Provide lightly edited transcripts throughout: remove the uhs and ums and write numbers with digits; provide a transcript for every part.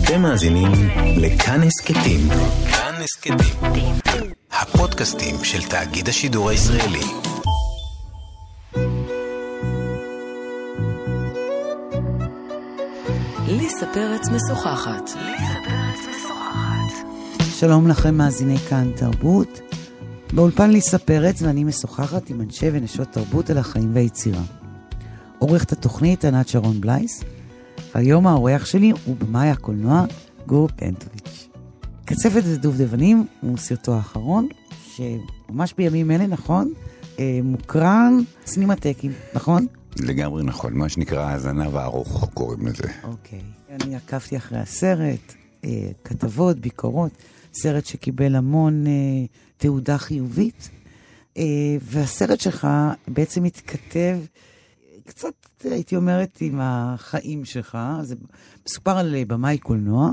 אתם מאזינים לכאן הסכתים. כאן הסכתים. הפודקאסטים של תאגיד השידור הישראלי. ליסה פרץ משוחחת. שלום לכם מאזיני כאן תרבות. באולפן ליסה פרץ ואני משוחחת עם אנשי ונשות תרבות על החיים והיצירה. עורכת התוכנית ענת שרון בלייס, והיום האורח שלי הוא במאי הקולנוע גור פנטוביץ'. קצפת ודובדבנים הוא סרטו האחרון, שממש בימים אלה, נכון? מוקרן סינמטקים, נכון? לגמרי נכון, מה שנקרא האזנה והארוך קוראים לזה. אוקיי, אני עקבתי אחרי הסרט, כתבות, ביקורות, סרט שקיבל המון תעודה חיובית, והסרט שלך בעצם מתכתב קצת, הייתי אומרת, עם החיים שלך. זה מסופר על במאי קולנוע,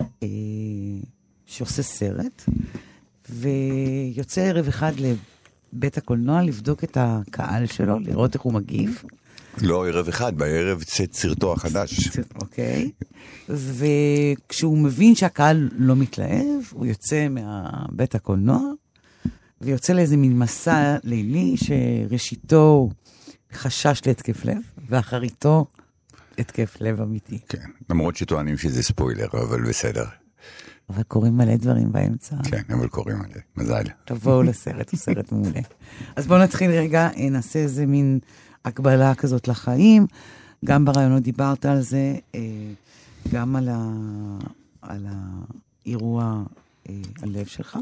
שעושה סרט, ויוצא ערב אחד לבית הקולנוע לבדוק את הקהל שלו, לראות איך הוא מגיב. לא ערב אחד, בערב צאת סרטו החדש. אוקיי. וכשהוא מבין שהקהל לא מתלהב, הוא יוצא מהבית הקולנוע, ויוצא לאיזה מין מסע לילי שראשיתו חשש להתקף לב, ואחריתו התקף לב אמיתי. כן, למרות שטוענים שזה ספוילר, אבל בסדר. אבל קוראים מלא דברים באמצע. כן, אבל קוראים מלא, מזל. תבואו לסרט, הוא סרט מעולה. אז בואו נתחיל רגע, נעשה איזה מין הקבלה כזאת לחיים. גם ברעיונות דיברת על זה, גם על האירוע הלב שלך.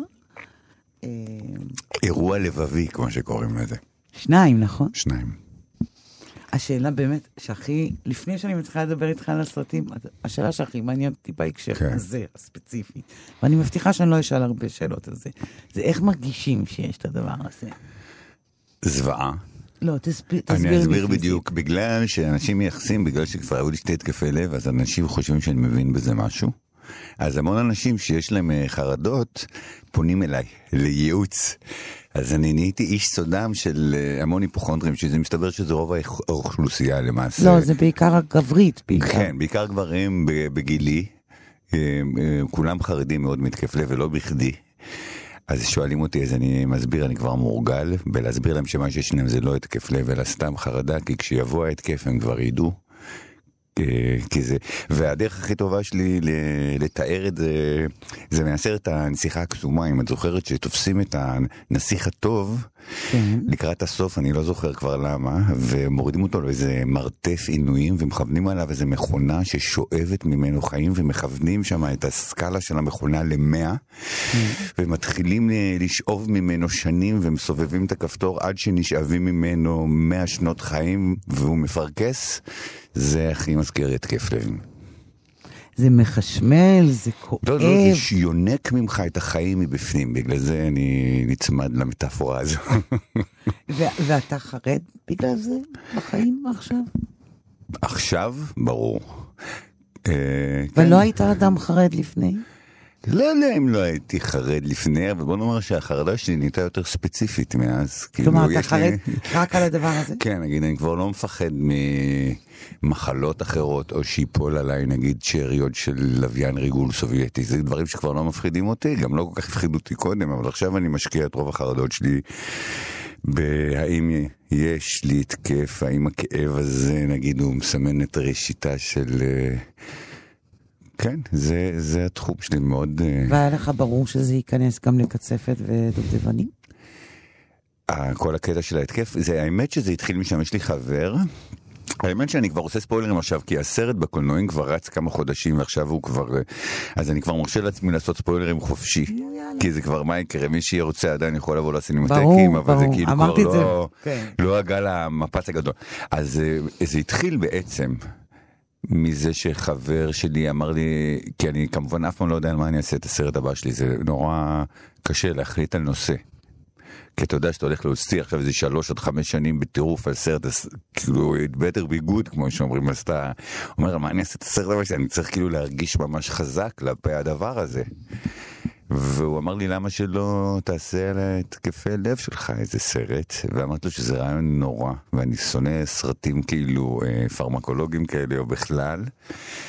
אירוע לבבי, כמו שקוראים לזה. 2, נכון? 2. השאלה באמת, שהכי, לפני שאני מתחילה לדבר איתך על הסרטים, השאלה שהכי מעניינת אותי בהקשר הזה, הספציפי, ואני מבטיחה שאני לא אשאל הרבה שאלות על זה, זה איך מרגישים שיש את הדבר הזה? זוועה. לא, תסביר. אני אסביר בדיוק, בגלל שאנשים מייחסים, בגלל שכבר היו לי 2 התקפי לב, אז אנשים חושבים שאני מבין בזה משהו. אז המון אנשים שיש להם חרדות, פונים אליי, לייעוץ. אז אני נהייתי איש סודם של המון היפוכונדרים, שזה מסתבר שזה רוב האוכלוסייה למעשה. לא, זה בעיקר הגברית, בעיקר. כן, בעיקר גברים בגילי, כולם חרדים מאוד מתקף לב ולא בכדי. אז שואלים אותי, אז אני מסביר, אני כבר מורגל, ולהסביר להם שמה שיש להם זה לא התקף לב, אלא סתם חרדה, כי כשיבוא ההתקף הם כבר ידעו. כי זה, והדרך הכי טובה שלי לתאר את זה, זה מהסרט הנסיכה הקסומה, אם את זוכרת שתופסים את הנסיך הטוב, לקראת הסוף, אני לא זוכר כבר למה, ומורידים אותו לאיזה מרתף עינויים, ומכוונים עליו איזה מכונה ששואבת ממנו חיים, ומכוונים שם את הסקאלה של המכונה ל100, ומתחילים לשאוב ממנו שנים, ומסובבים את הכפתור עד שנשאבים ממנו 100 שנות חיים, והוא מפרקס. זה הכי מזכיר התקף לב. זה מחשמל, זה כואב. לא, זה שיונק ממך את החיים מבפנים, בגלל זה אני נצמד למטאפורה הזו. ואתה חרד בגלל זה בחיים עכשיו? עכשיו? ברור. ולא היית אדם חרד לפני? לא יודע אם לא הייתי חרד לפני, אבל בוא נאמר שהחרדה שלי נהייתה יותר ספציפית מאז. כלומר, אתה חרד רק על הדבר הזה? כן, נגיד, אני כבר לא מפחד ממחלות אחרות, או שיפול עליי, נגיד, שאריות של לוויין ריגול סובייטי. זה דברים שכבר לא מפחידים אותי, גם לא כל כך הפחידו אותי קודם, אבל עכשיו אני משקיע את רוב החרדות שלי בהאם יש לי התקף, האם הכאב הזה, נגיד, הוא מסמן את ראשיתה של... כן, זה התחום שלי מאוד... והיה לך ברור שזה ייכנס גם לקצפת ודובדבנים? כל הקטע של ההתקף, זה האמת שזה התחיל משם, יש לי חבר, האמת שאני כבר עושה ספוילרים עכשיו, כי הסרט בקולנועים כבר רץ כמה חודשים, ועכשיו הוא כבר... אז אני כבר מרשה לעצמי לעשות ספוילרים חופשי, כי זה כבר מה יקרה, מי שירוצה עדיין יכול לבוא לסינמטקים, אבל זה כאילו כבר לא הגל המפץ הגדול. אז זה התחיל בעצם... מזה שחבר שלי אמר לי, כי אני כמובן אף פעם לא יודע על מה אני אעשה את הסרט הבא שלי, זה נורא קשה להחליט על נושא. כי אתה יודע שאתה הולך להוציא עכשיו איזה 3 עד 5 שנים בטירוף על סרט, כאילו, it better be good, כמו שאומרים, אז אתה אומר, מה אני אעשה את הסרט הבא שלי? אני צריך כאילו להרגיש ממש חזק כלפי הדבר הזה. והוא אמר לי, למה שלא תעשה על התקפי לב שלך איזה סרט? ואמרתי לו שזה רעיון נורא, ואני שונא סרטים כאילו פרמקולוגיים כאלה או בכלל.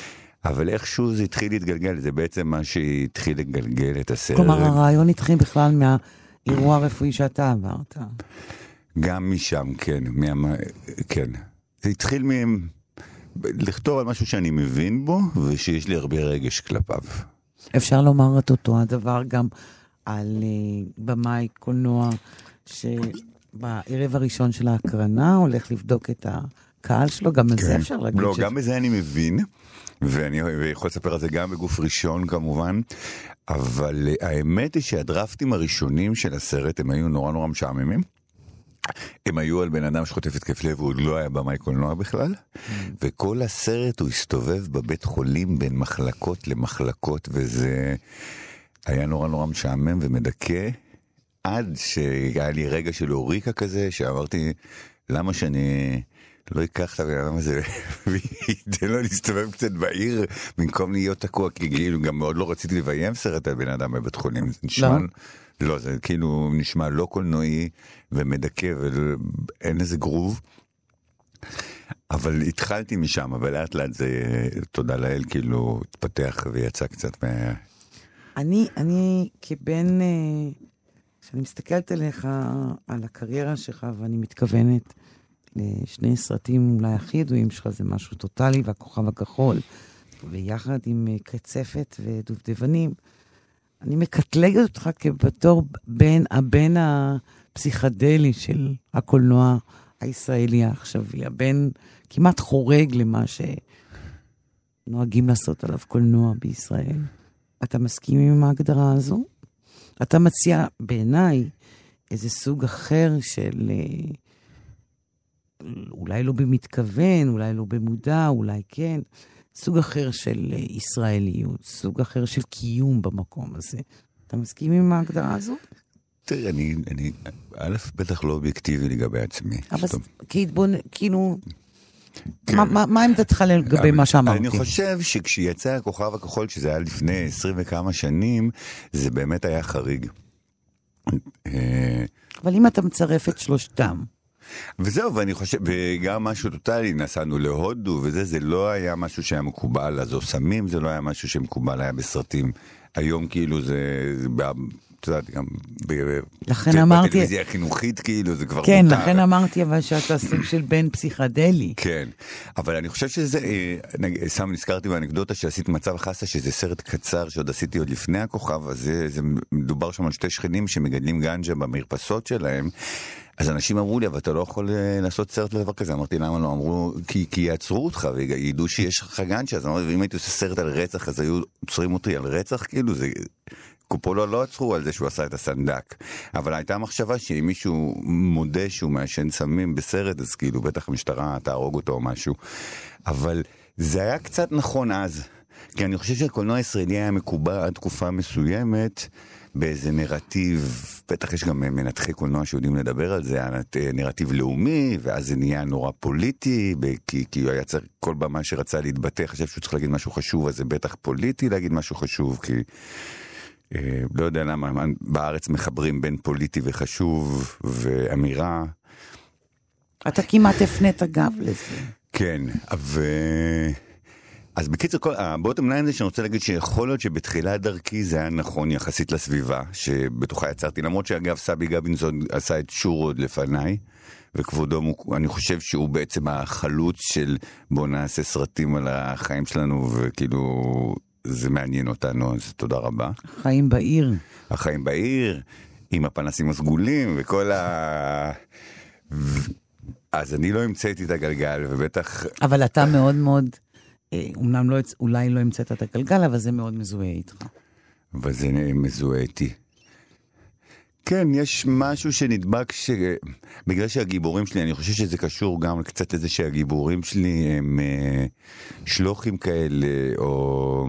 אבל איכשהו זה התחיל להתגלגל, זה בעצם מה שהתחיל לגלגל את הסרט. כלומר, הרעיון התחיל בכלל מהאירוע הרפואי שאתה עברת. גם משם, כן. כן. זה התחיל לכתוב על משהו שאני מבין בו, ושיש לי הרבה רגש כלפיו. אפשר לומר את אותו הדבר גם על במאי קולנוע, שבערב הראשון של ההקרנה הולך לבדוק את הקהל שלו, גם על זה אפשר להגיד. לא, גם בזה אני מבין, ואני יכול לספר על זה גם בגוף ראשון כמובן, אבל האמת היא שהדרפטים הראשונים של הסרט הם היו נורא נורא משעממים. הם היו על בן אדם שחוטף התקף לב, והוא לא היה במאי קולנוע בכלל, וכל הסרט הוא הסתובב בבית חולים בין מחלקות למחלקות, וזה היה נורא נורא משעמם ומדכא, עד שהיה לי רגע של אוריקה כזה, שאמרתי, למה שאני לא אקח את הבן אדם הזה, וייתן לו להסתובב קצת בעיר, במקום להיות תקוע, כי כאילו גם מאוד לא רציתי לביים סרט על בן אדם בבית חולים, זה נשמע... לא, זה כאילו נשמע לא קולנועי ומדכא ואין איזה גרוב. אבל התחלתי משם, אבל לאט לאט זה, תודה לאל, כאילו התפתח ויצא קצת אני כבן, כשאני מסתכלת עליך, על הקריירה שלך, ואני מתכוונת לשני סרטים אולי הכי ידועים שלך, זה משהו טוטלי והכוכב הכחול, ויחד עם קצפת ודובדבנים, אני מקטלגת אותך כבתור הבן הפסיכדלי של הקולנוע הישראלי העכשווי, הבן כמעט חורג למה שנוהגים לעשות עליו קולנוע בישראל. אתה מסכים עם ההגדרה הזו? אתה מציע בעיניי איזה סוג אחר של, אולי לא במתכוון, אולי לא במודע, אולי כן, סוג אחר של ישראליות, סוג אחר של קיום במקום הזה. אתה מסכים עם ההגדרה הזו? תראה, אני א', בטח לא אובייקטיבי לגבי עצמי. אבל כאילו, מה עמדתך לגבי מה שאמרתי? אני חושב שכשיצא הכוכב הכחול, שזה היה לפני 20 וכמה שנים, זה באמת היה חריג. אבל אם אתה מצרף את שלושתם, וזהו, ואני חושב, וגם משהו טוטלי, נסענו להודו, וזה, זה לא היה משהו שהיה מקובל, אז או סמים, זה לא היה משהו שמקובל היה בסרטים. היום כאילו זה אתה יודעת, גם בטלוויזיה החינוכית, כאילו, זה כבר מותר. כן, לכן אמרתי, אבל שאתה סוג של בן פסיכדלי. כן, אבל אני חושב שזה, נזכרתי באנקדוטה שעשית מצב חסה, שזה סרט קצר שעוד עשיתי עוד לפני הכוכב, אז זה מדובר שם על שתי שכנים שמגדלים גנג'ה במרפסות שלהם, אז אנשים אמרו לי, אבל אתה לא יכול לעשות סרט לדבר כזה. אמרתי, למה לא? אמרו, כי יעצרו אותך וידעו שיש לך גנג'ה. אז אמרתי, ואם הייתי עושה סרט על רצח, אז היו עוצרים אותי על רצח, כאילו זה... קופולו לא עצרו על זה שהוא עשה את הסנדק. אבל הייתה מחשבה שאם מישהו מודה שהוא מעשן סמים בסרט, אז כאילו בטח המשטרה תהרוג אותו או משהו. אבל זה היה קצת נכון אז. כי אני חושב שהקולנוע הישראלי היה מקובע עד תקופה מסוימת, באיזה נרטיב, בטח יש גם מנתחי קולנוע שיודעים לדבר על זה, נרטיב לאומי, ואז זה נהיה נורא פוליטי, כי הוא היה צריך, כל במה שרצה להתבטא, חשב שהוא צריך להגיד משהו חשוב, אז זה בטח פוליטי להגיד משהו חשוב, כי לא יודע למה, בארץ מחברים בין פוליטי וחשוב ואמירה. אתה כמעט הפנית גב לזה. כן, אז בקיצור, הבוטום ליין זה שאני רוצה להגיד שיכול להיות שבתחילת דרכי זה היה נכון יחסית לסביבה, שבתוכה יצרתי, למרות שאגב סבי גבינזון עשה את שור עוד לפניי, וכבודו, אני חושב שהוא בעצם החלוץ של בוא נעשה סרטים על החיים שלנו, וכאילו זה מעניין אותנו, אז תודה רבה. החיים בעיר. החיים בעיר, עם הפנסים הסגולים, וכל אז אני לא המצאתי את הגלגל, ובטח... אבל אתה מאוד מאוד... אומנם אולי לא המצאת את הגלגל, אבל זה מאוד מזוהה איתך. אבל זה מזוהה איתי. כן, יש משהו שנדבק בגלל שהגיבורים שלי, אני חושב שזה קשור גם קצת לזה שהגיבורים שלי הם שלוחים כאלה, או...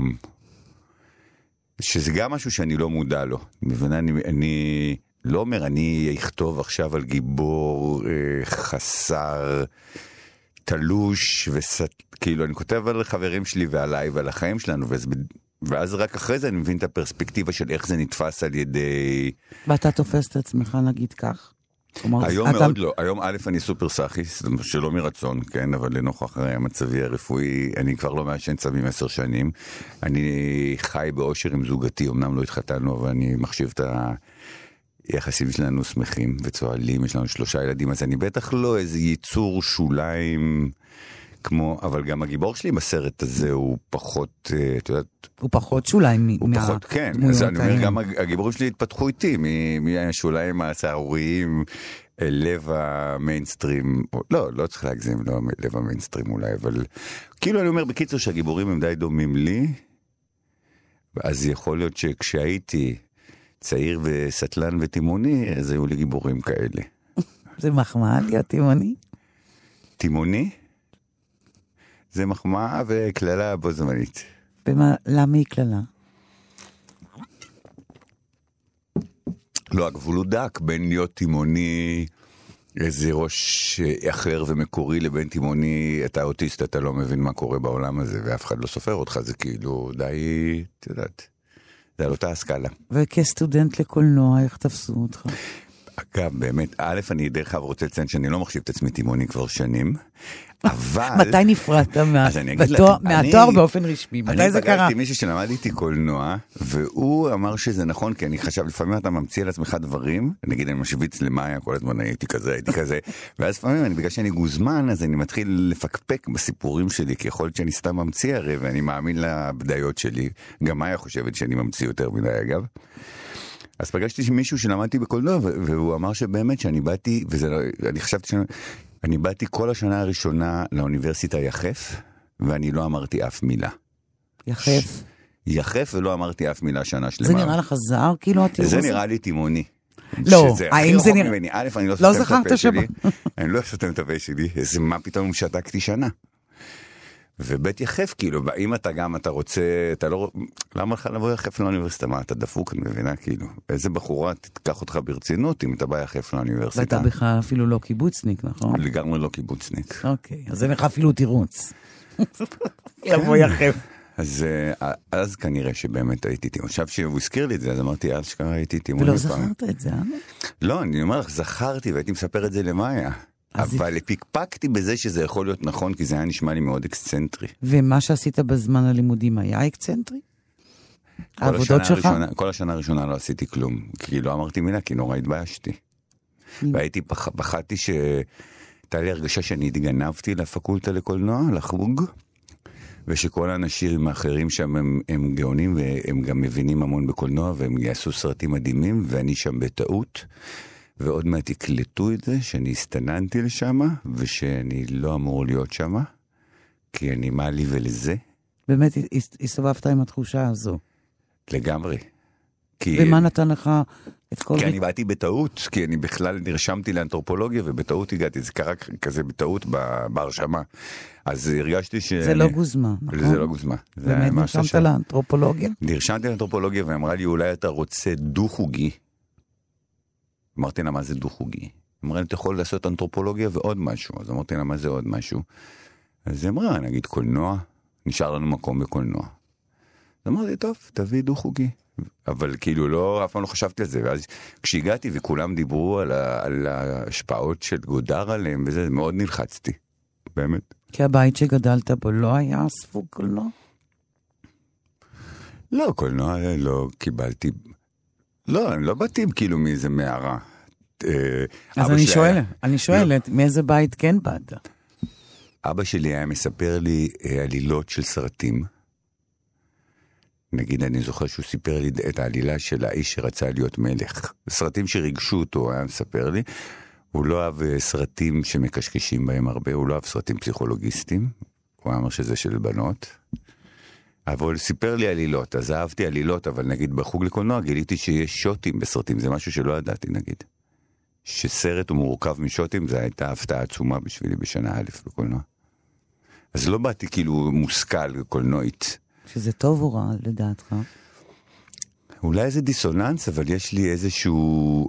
שזה גם משהו שאני לא מודע לו. אני לא אומר, אני אכתוב עכשיו על גיבור חסר... תלוש, כאילו אני כותב על חברים שלי ועליי ועל החיים שלנו, ואז רק אחרי זה אני מבין את הפרספקטיבה של איך זה נתפס על ידי... ואתה תופס את עצמך, נגיד כך? היום מאוד לא, היום א' אני סופר סאחיסט, שלא מרצון, כן, אבל לנוכח המצבי הרפואי, אני כבר לא מעשן צבים 10 שנים, אני חי באושר עם זוגתי, אמנם לא התחתנו, אבל אני מחשיב את היחסים שלנו שמחים וצועלים, יש לנו 3 ילדים, אז אני בטח לא איזה ייצור שוליים כמו, אבל גם הגיבור שלי בסרט הזה הוא פחות, את יודעת... הוא פחות שוליים הוא פחות, כן, אז אני אומר, גם הגיבורים שלי התפתחו איתי, מהשוליים הצערוריים, לב המיינסטרים, לא צריך להגזים, לא לב המיינסטרים אולי, אבל כאילו אני אומר בקיצור שהגיבורים הם די דומים לי, אז יכול להיות שכשהייתי צעיר וסטלן ותימוני, אז היו לי גיבורים כאלה. זה מחמאה להיות תימוני? תימוני? זה מחמאה וכללה בו זמנית. למה היא כללה? לא, הגבול הוא דק בין להיות תימוני, איזה ראש אחר ומקורי, לבין תימוני, אתה אוטיסט, אתה לא מבין מה קורה בעולם הזה, ואף אחד לא סופר אותך, זה כאילו די, את יודעת, זה על אותה הסקאלה. וכסטודנט לקולנוע, איך תפסו אותך? אגב, באמת, א', אני דרך אגב רוצה לציין שאני לא מחשיב את עצמי תימוני כבר שנים, אבל... מתי נפרדת מהתואר באופן רשמי? מתי זה קרה? אני פגשתי מישהו שלמד איתי קולנוע, והוא אמר שזה נכון, כי אני חשב, לפעמים אתה ממציא על עצמך דברים, נגיד אני משוויץ למאיה, כל הזמן הייתי כזה, ואז לפעמים, בגלל שאני גוזמן, אז אני מתחיל לפקפק בסיפורים שלי, כי יכול להיות שאני סתם ממציא הרי, ואני מאמין לבדיות שלי, גם מאיה חושבת שאני ממציא יותר מדי, אגב. אז פגשתי מישהו שלמדתי בקולנוע, והוא אמר שבאמת שאני באתי, אני חשבתי שאני באתי כל השנה הראשונה לאוניברסיטה יחף, ואני לא אמרתי אף מילה. יחף? יחף ולא אמרתי אף מילה שנה שלמה. זה נראה לך זר? כאילו התיאור הזה? זה נראה לי תימוני. לא, האם זה נראה... א', אני לא סותם את הפה שלי. אני לא סותם את הפה שלי. אז מה פתאום שתקתי שנה? ובית יחף, כאילו, אם אתה רוצה, אתה לא, למה לך לבוא יחף לאוניברסיטה? מה, אתה דפוק, אני מבינה, כאילו, איזה בחורה תיקח אותך ברצינות אם אתה בא יחף לאוניברסיטה? ואתה בכלל אפילו לא קיבוצניק, נכון? לגמרי לא קיבוצניק. אוקיי, אז אין לך אפילו תירוץ. לבוא יחף. אז כנראה שבאמת הייתי תימוני. עכשיו שהוא הזכיר לי את זה, אז אמרתי, אשכרה הייתי תימוני. ולא זכרת את זה, לא, אני אומר לך, זכרתי והייתי מספר את זה למאיה. אבל פיקפקתי בזה שזה יכול להיות נכון, כי זה היה נשמע לי מאוד אקסצנטרי. ומה שעשית בזמן הלימודים היה אקסצנטרי? העבודות שלך? כל השנה הראשונה לא עשיתי כלום, כי לא אמרתי מילה, כי נורא התביישתי. והייתי, פחדתי שהייתה לי הרגשה שאני התגנבתי לפקולטה לקולנוע, לחוג, ושכל האנשים האחרים שם הם גאונים, והם גם מבינים המון בקולנוע, והם יעשו סרטים מדהימים, ואני שם בטעות. ועוד מעט יקלטו את זה, שאני הסתננתי לשם, ושאני לא אמור להיות שם, כי אני מה לי ולזה. באמת הסתובבת עם התחושה הזו. לגמרי. ומה נתן לך את כל... כי אני באתי בטעות, כי אני בכלל נרשמתי לאנתרופולוגיה, ובטעות הגעתי, זה קרה כזה בטעות בהרשמה. אז הרגשתי ש... זה לא גוזמה, נכון? זה לא גוזמה. באמת נרשמת לאנתרופולוגיה? נרשמתי לאנתרופולוגיה, ואמרה לי, אולי אתה רוצה דו-חוגי. אמרתי לה, מה זה דו-חוגי? אמרה לי, אתה יכול לעשות אנתרופולוגיה ועוד משהו. אז אמרתי לה, מה זה עוד משהו? אז היא אמרה, נגיד קולנוע, נשאר לנו מקום בקולנוע. אז אמרתי, טוב, תביא דו-חוגי. אבל כאילו לא, אף פעם לא חשבתי על זה. ואז כשהגעתי וכולם דיברו על ההשפעות של גודר עליהם, וזה מאוד נלחצתי. באמת. כי הבית שגדלת בו לא היה ספוג קולנוע? לא, קולנוע לא קיבלתי... לא, אני לא באתי כאילו מאיזה מערה. אז אני שואלת, מאיזה בית כן באת? אבא שלי היה מספר לי עלילות של סרטים. נגיד, אני זוכר שהוא סיפר לי את העלילה של האיש שרצה להיות מלך. סרטים שריגשו אותו, היה מספר לי. הוא לא אהב סרטים שמקשקשים בהם הרבה, הוא לא אהב סרטים פסיכולוגיסטיים. הוא אמר שזה של בנות. אבל הוא סיפר לי עלילות, אז אהבתי עלילות, אבל נגיד בחוג לקולנוע גיליתי שיש שוטים בסרטים, זה משהו שלא ידעתי נגיד. שסרט הוא מורכב משוטים, זה הייתה הפתעה עצומה בשבילי בשנה א' בקולנוע. אז לא באתי כאילו מושכל קולנועית. שזה טוב או רע לדעתך? אולי איזה דיסוננס, אבל יש לי איזשהו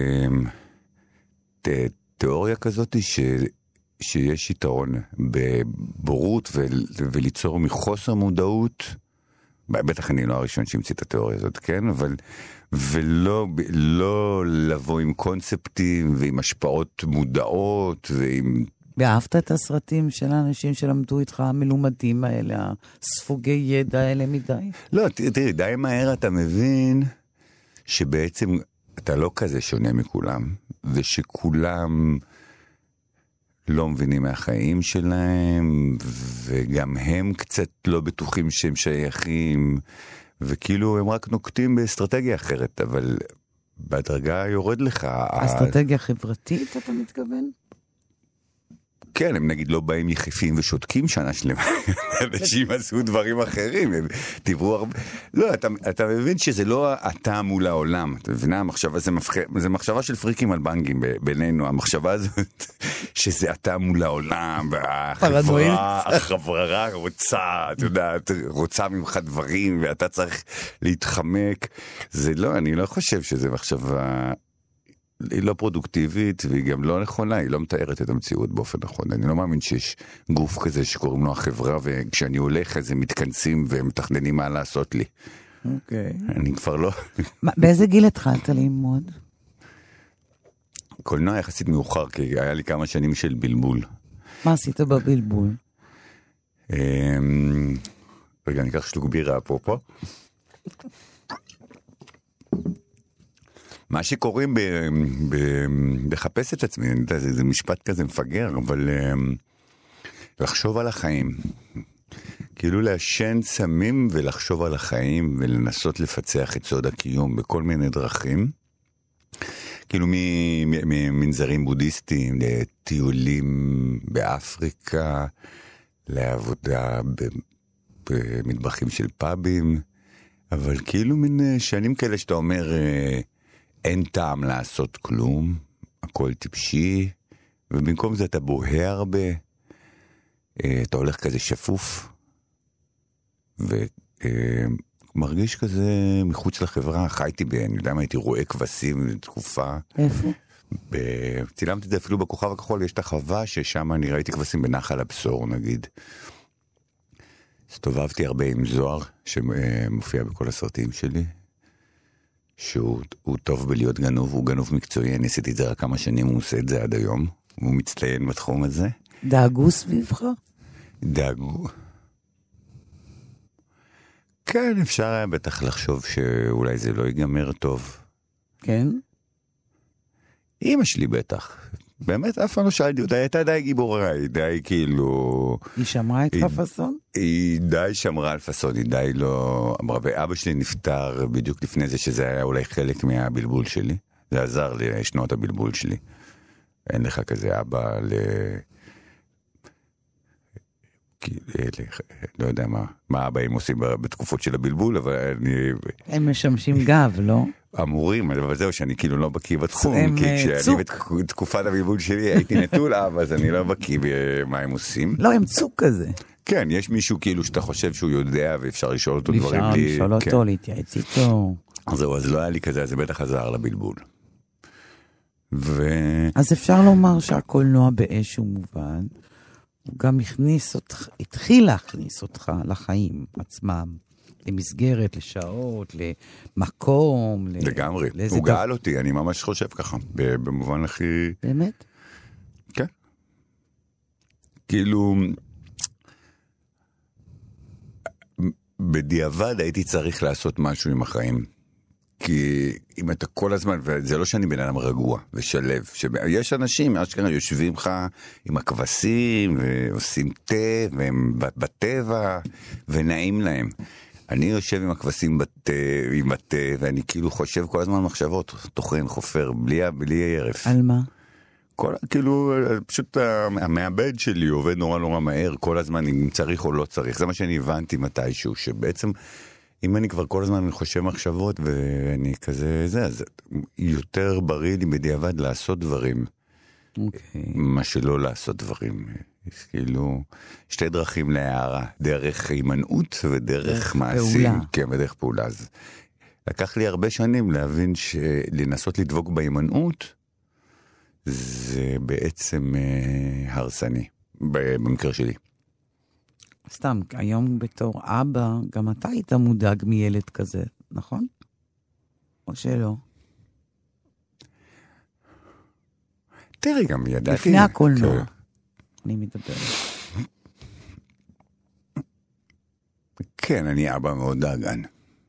תיאוריה כזאת שיש יתרון בבורות וליצור מחוסר מודעות בטח אני לא הראשון שהמציא את התיאוריה הזאת, כן? אבל, ולא לבוא עם קונספטים ועם השפעות מודעות ועם... ואהבת את הסרטים של האנשים שלמדו איתך, המלומדים האלה, הספוגי ידע האלה מדי? לא, תראי, די מהר אתה מבין שבעצם אתה לא כזה שונה מכולם, ושכולם לא מבינים מהחיים שלהם, וגם הם קצת לא בטוחים שהם שייכים, וכאילו הם רק נוקטים באסטרטגיה אחרת, אבל בהדרגה יורד לך... אסטרטגיה חברתית, אתה מתכוון? כן, הם נגיד לא באים יחפים ושותקים שנה שלמה. אנשים עשו דברים אחרים, הם דיברו הרבה... לא, אתה מבין שזה לא אתה מול העולם. אתה מבינה, המחשבה, זה מחשבה של פריקים על בנגים בינינו, המחשבה הזאת, שזה אתה מול העולם, החברה רוצה, אתה יודע, רוצה ממך דברים, ואתה צריך להתחמק. זה לא, אני לא חושב שזה מחשבה... היא לא פרודוקטיבית, והיא גם לא נכונה, היא לא מתארת את המציאות באופן נכון. אני לא מאמין שיש גוף כזה שקוראים לו החברה, וכשאני הולך אז הם מתכנסים והם מתכננים מה לעשות לי. אוקיי. אני כבר לא... באיזה גיל התחלת ללמוד? קולנוע יחסית מאוחר, כי היה לי כמה שנים של בלבול. מה עשית בבלבול? רגע, אני אקח שלוק בירה אפרופו. מה שקוראים בחפש את עצמי, אני יודע, זה משפט כזה מפגר, אבל לחשוב על החיים. כאילו לעשן סמים ולחשוב על החיים ולנסות לפצח את סוד הקיום בכל מיני דרכים. כאילו ממנזרים בודהיסטיים, לטיולים באפריקה, לעבודה במטבחים של פאבים, אבל כאילו מין שנים כאלה שאתה אומר... אין טעם לעשות כלום, הכל טיפשי, ובמקום זה אתה בוהה הרבה, אתה הולך כזה שפוף, ומרגיש כזה מחוץ לחברה, חייתי אני יודע מה, הייתי רואה כבשים לתקופה. איפה? צילמתי את זה אפילו בכוכב הכחול, יש את החווה ששם אני ראיתי כבשים בנחל הבשור נגיד. הסתובבתי הרבה עם זוהר, שמופיע בכל הסרטים שלי. שהוא טוב בלהיות גנוב, הוא גנוב מקצועי, אני עשיתי את זה רק כמה שנים, הוא עושה את זה עד היום, הוא מצטיין בתחום הזה. דאגו סביבך? דאגו. כן, אפשר היה בטח לחשוב שאולי זה לא ייגמר טוב. כן? אמא שלי בטח. באמת, אף פעם לא שאלתי אותה, הייתה די גיבורה, היא די כאילו... היא שמרה איתך פסון? היא די שמרה על פסון, היא די לא... אמרה, ואבא שלי נפטר בדיוק לפני זה, שזה היה אולי חלק מהבלבול שלי. זה עזר לשנות הבלבול שלי. אין לך כזה אבא לא יודע מה אבאים עושים בתקופות של הבלבול, אבל אני... הם משמשים גב, לא? אמורים, אבל זהו שאני כאילו לא בקיא בתחום, כי כשאני בתקופת הבלבול שלי הייתי נטול אב, אז אני לא בקיא במה הם עושים. לא, הם צוק כזה. כן, יש מישהו כאילו שאתה חושב שהוא יודע ואפשר לשאול אותו דברים בלי... אפשר לשאול אותו, להתייעץ איתו. זהו, אז לא היה לי כזה, אז זה בטח עזר לבלבול. אז אפשר לומר שהקולנוע באיזשהו מובן, הוא גם התחיל להכניס אותך לחיים עצמם, למסגרת, לשעות, למקום. לגמרי, הוא גאל אותי, אני ממש חושב ככה, במובן הכי... באמת? כן. כאילו, בדיעבד הייתי צריך לעשות משהו עם החיים. כי אם אתה כל הזמן, וזה לא שאני בן אדם רגוע ושלב, יש אנשים, אשכרה יושבים לך עם הכבשים, ועושים תה, והם בטבע, ונעים להם. אני יושב עם הכבשים עם התה, ואני כאילו חושב כל הזמן מחשבות, תוכן, חופר, בלי ערף. על מה? כאילו, פשוט המעבד שלי עובד נורא נורא מהר, כל הזמן אם צריך או לא צריך. זה מה שאני הבנתי מתישהו, שבעצם... אם אני כבר כל הזמן חושב מחשבות ואני כזה זה, אז יותר בריא לי בדיעבד לעשות דברים. מה שלא לעשות דברים. כאילו, שתי דרכים להערה, דרך הימנעות ודרך מעשים. כן, ודרך פעולה. אז לקח לי הרבה שנים להבין שלנסות לדבוק בהימנעות, זה בעצם הרסני, במקרה שלי. סתם, היום בתור אבא, גם אתה היית מודאג מילד כזה, נכון? או שלא? תראי, גם ידעתי. לפני הקולנוע. אני מדבר. כן, אני אבא מאוד דאגן.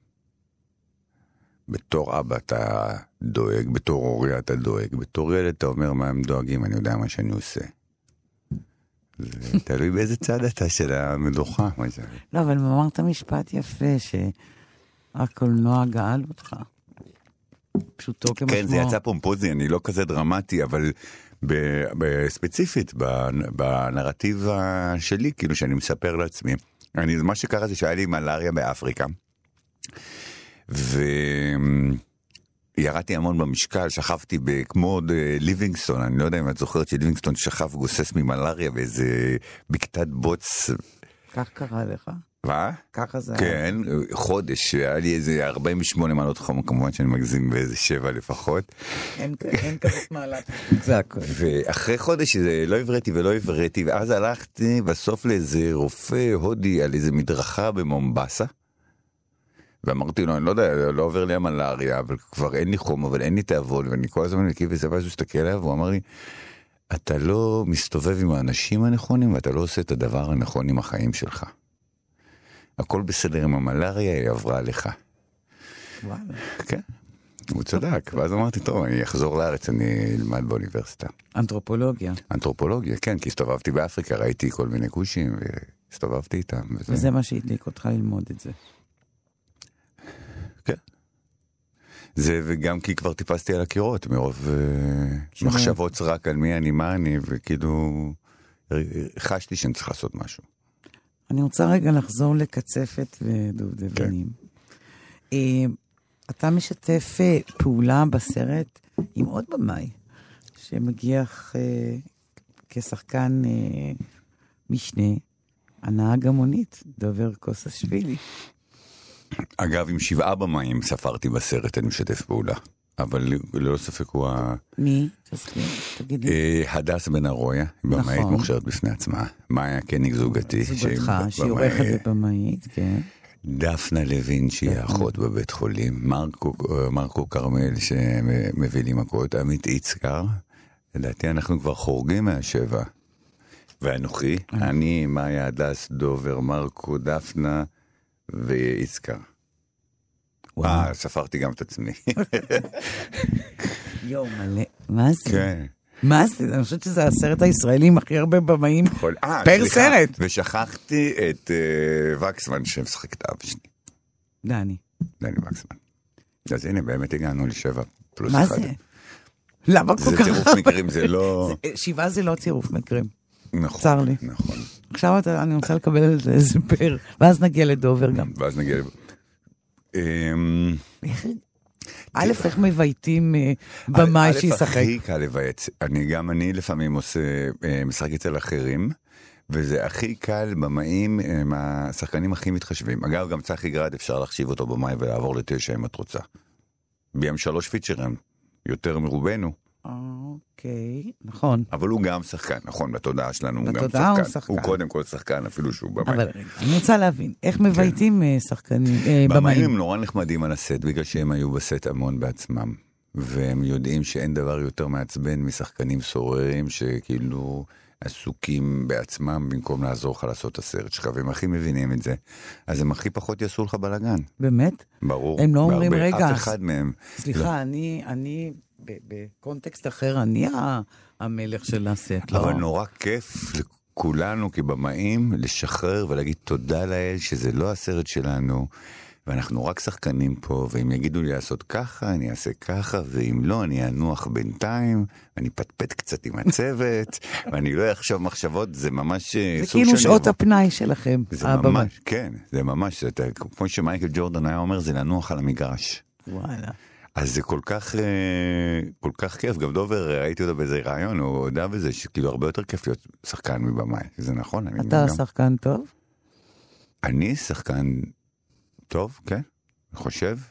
בתור אבא אתה דואג, בתור הורי אתה דואג, בתור ילד אתה אומר מה הם דואגים, אני יודע מה שאני עושה. זה תלוי באיזה צד אתה של המדוכה. לא, אבל אמרת משפט יפה, שהקולנוע גאל אותך. פשוטו כמשמעו. כן, זה יצא פומפוזי, אני לא כזה דרמטי, אבל ספציפית, בנרטיב שלי, כאילו שאני מספר לעצמי, מה שקרה זה שהיה לי מלאריה באפריקה, וירדתי המון במשקל, שכבתי כמו ליבינגסטון, אני לא יודע אם את זוכרת שליבינגסטון שכב גוסס ממלאריה באיזה בקתת בוץ. כך קרה לך? מה? ככה זה כן, חודש, היה לי איזה 48 מעלות חום, כמובן שאני מגזים באיזה 7 לפחות. אין כזאת מעלת, זה הכל. ואחרי חודש זה לא הבראתי, ואז הלכתי בסוף לאיזה רופא הודי על איזה מדרכה במומבסה, ואמרתי לו, אני לא יודע, לא עובר לי המלאריה, אבל כבר אין לי חום, אבל אין לי תאבון, ואני כל הזמן נקי וזה, ואז הוא הסתכל עליו, והוא אמר לי, אתה לא מסתובב עם האנשים הנכונים, ואתה לא עושה את הדבר הנכון עם החיים שלך. הכל בסדר עם המלאריה, היא עברה לך. וואלה. כן, הוא צדק. ואז אמרתי, טוב, אני אחזור לארץ, אני אלמד באוניברסיטה. אנתרופולוגיה. אנתרופולוגיה, כן, כי הסתובבתי באפריקה, ראיתי כל מיני גושים, והסתובבתי איתם. וזה מה שהדליק אותך ללמוד את זה. כן. זה וגם כי כבר טיפסתי על הקירות, מרוב מחשבות סרק על מי אני, מה אני, וכאילו חשתי שאני צריך לעשות משהו. אני רוצה רגע לחזור לקצפת ודובדבנים. אתה משתף פעולה בסרט עם עוד במאי, שמגיח כשחקן משנה, הנהג המונית, דובר קוסאשווילי. אגב, עם 7 במאים ספרתי בסרט, אני משתף פעולה. אבל ללא ספק הוא מי? תגיד לי. הדס בן ארויה, במאית מוכשרת בפני עצמה. מאיה קניג זוגתי. זוגתך, שהיא עורכת ובמאית, כן. דפנה לוין, שהיא האחות בבית חולים. מרקו קרמל, שמביא לי מכות. עמית יצקר. לדעתי אנחנו כבר חורגים מה7. ואנוכי, אני, מאיה, הדס, דובר, מרקו, דפנה ויצקר. ספרתי גם את עצמי. יו, מלא. מה זה? כן. מה זה? אני חושבת שזה הסרט הישראלי עם הכי הרבה במאים פר סרט. ושכחתי את וקסמן שמשחק את אבא שלי. דני וקסמן. אז הנה, באמת הגענו ל7 פלוס 1. מה זה? למה כל כך? זה צירוף מקרים, זה לא... 7 זה לא צירוף מקרים. נכון. צר לי. נכון. עכשיו אני רוצה לקבל על זה איזה פר, ואז נגיע לדובר גם. ואז נגיע... א', איך מבייתים במאי שישחק? הכי קל לבייץ. אני לפעמים עושה משחק אצל אחרים, וזה הכי קל במאים, השחקנים הכי מתחשבים. אגב, גם צחי גרד אפשר להחשיב אותו במאי ולעבור ל9 אם את רוצה. ב3 פיצ'רים, יותר מרובנו. אוקיי, נכון. אבל הוא גם שחקן, נכון, בתודעה שלנו הוא גם בתודעה הוא שחקן. שחקן. הוא קודם כל שחקן, אפילו שהוא במאי. אבל רגע, אני רוצה להבין, איך מבייתים שחקנים, במאים הם נורא נחמדים על הסט, בגלל שהם היו בסט המון בעצמם, והם יודעים שאין דבר יותר מעצבן משחקנים סוררים שכאילו עסוקים בעצמם במקום לעזור לך לעשות את הסרט שלך, והם הכי מבינים את זה, אז הם הכי פחות יעשו לך בלגן. באמת? ברור. הם לא אומרים רגע. אף אחד מהם. סליחה, אני בקונטקסט אחר, אני המלך של הסט. אבל נורא כיף לכולנו כבמאים לשחרר ולהגיד תודה לאל שזה לא הסרט שלנו, ואנחנו רק שחקנים פה, ואם יגידו לי לעשות ככה, אני אעשה ככה, ואם לא, אני אנוח בינתיים, ואני פטפט קצת עם הצוות, ואני לא אחשוב מחשבות, זה ממש... זה כאילו שעות הפנאי שלכם. זה ממש, כן, זה ממש, כמו שמייקל ג'ורדן היה אומר, זה לנוח על המגרש. וואלה. אז זה כל כך כיף, גם דובר, ראיתי אותו באיזה רעיון, הוא הודע בזה, שכאילו הרבה יותר כיף להיות שחקן מבמאי, זה נכון? אתה שחקן טוב? אני שחקן טוב, כן, אני חושב.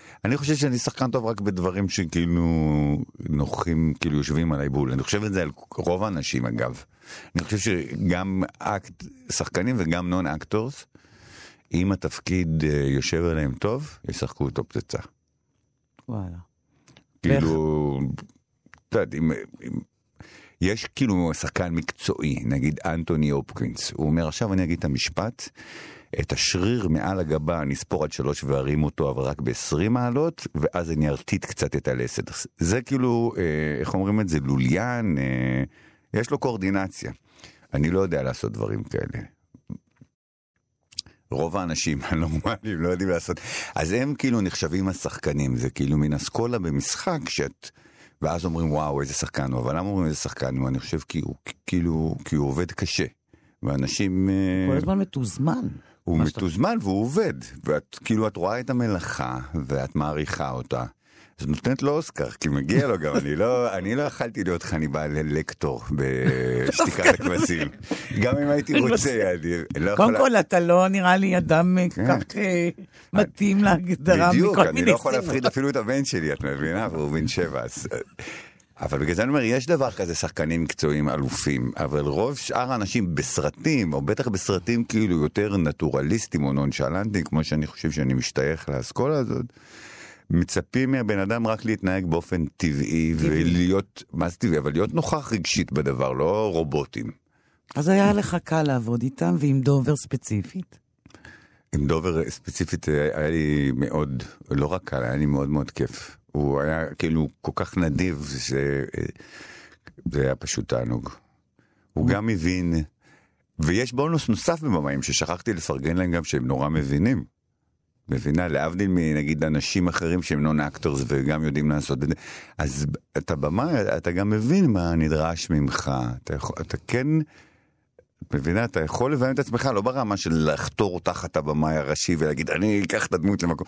אני חושב שאני שחקן טוב רק בדברים שכאילו נוחים, כאילו יושבים על העיבול. אני חושב את זה על רוב האנשים אגב. אני חושב שגם שחקנים וגם נון אקטורס, אם התפקיד יושב עליהם טוב, ישחקו אותו פצצה. וואלה. כאילו, אתה יודע, יש כאילו שחקן מקצועי, נגיד אנטוני הופקינס, הוא אומר, עכשיו אני אגיד את המשפט, את השריר מעל הגבה נספור עד 3 והרים אותו, אבל רק ב-20 מעלות, ואז אני ארטיט קצת את הלסת. זה כאילו, איך אומרים את זה, לוליין, יש לו קואורדינציה. אני לא יודע לעשות דברים כאלה. רוב האנשים הנורמליים לא יודעים לעשות. אז הם כאילו נחשבים השחקנים, זה כאילו מן אסכולה במשחק, ואז אומרים וואו איזה שחקן הוא, אבל למה אומרים איזה שחקן הוא? אני חושב כי הוא עובד קשה. ואנשים... כל הזמן מתוזמן. הוא מתוזמן והוא עובד, ואת כאילו את רואה את המלאכה, ואת מעריכה אותה. אז נותנת לו אוסקר, כי מגיע לו גם, אני לא יכלתי להיות חניבל לקטור בשתיקת הכבשים. גם אם הייתי רוצה, אני לא יכולה... קודם כל, אתה לא נראה לי אדם כך מתאים להגדרה מכל מיני סיבות. בדיוק, אני לא יכול להפחיד אפילו את הבן שלי, את מבינה? והוא בן 7, אבל בגלל זה אני אומר, יש דבר כזה שחקנים מקצועיים אלופים, אבל רוב שאר האנשים בסרטים, או בטח בסרטים כאילו יותר נטורליסטים או נונשלנטים, כמו שאני חושב שאני משתייך לאסכולה הזאת, מצפים מהבן אדם רק להתנהג באופן טבעי, ולהיות, מה זה טבעי? אבל להיות נוכח רגשית בדבר, לא רובוטים. אז היה לך קל לעבוד איתם, ועם דובר ספציפית? עם דובר ספציפית היה לי מאוד, לא רק קל, היה לי מאוד מאוד כיף. הוא היה כאילו כל כך נדיב, שזה היה פשוט תענוג. הוא גם מבין, ויש בונוס נוסף במאים, ששכחתי לפרגן להם גם שהם נורא מבינים. מבינה, להבדיל מנגיד אנשים אחרים שהם נון אקטורס וגם יודעים לעשות את זה. אז אתה במאי, אתה גם מבין מה נדרש ממך. אתה כן, מבינה, אתה יכול לביים את עצמך, לא ברמה של לחתור תחת הבמאי הראשי ולהגיד, אני אקח את הדמות למקום.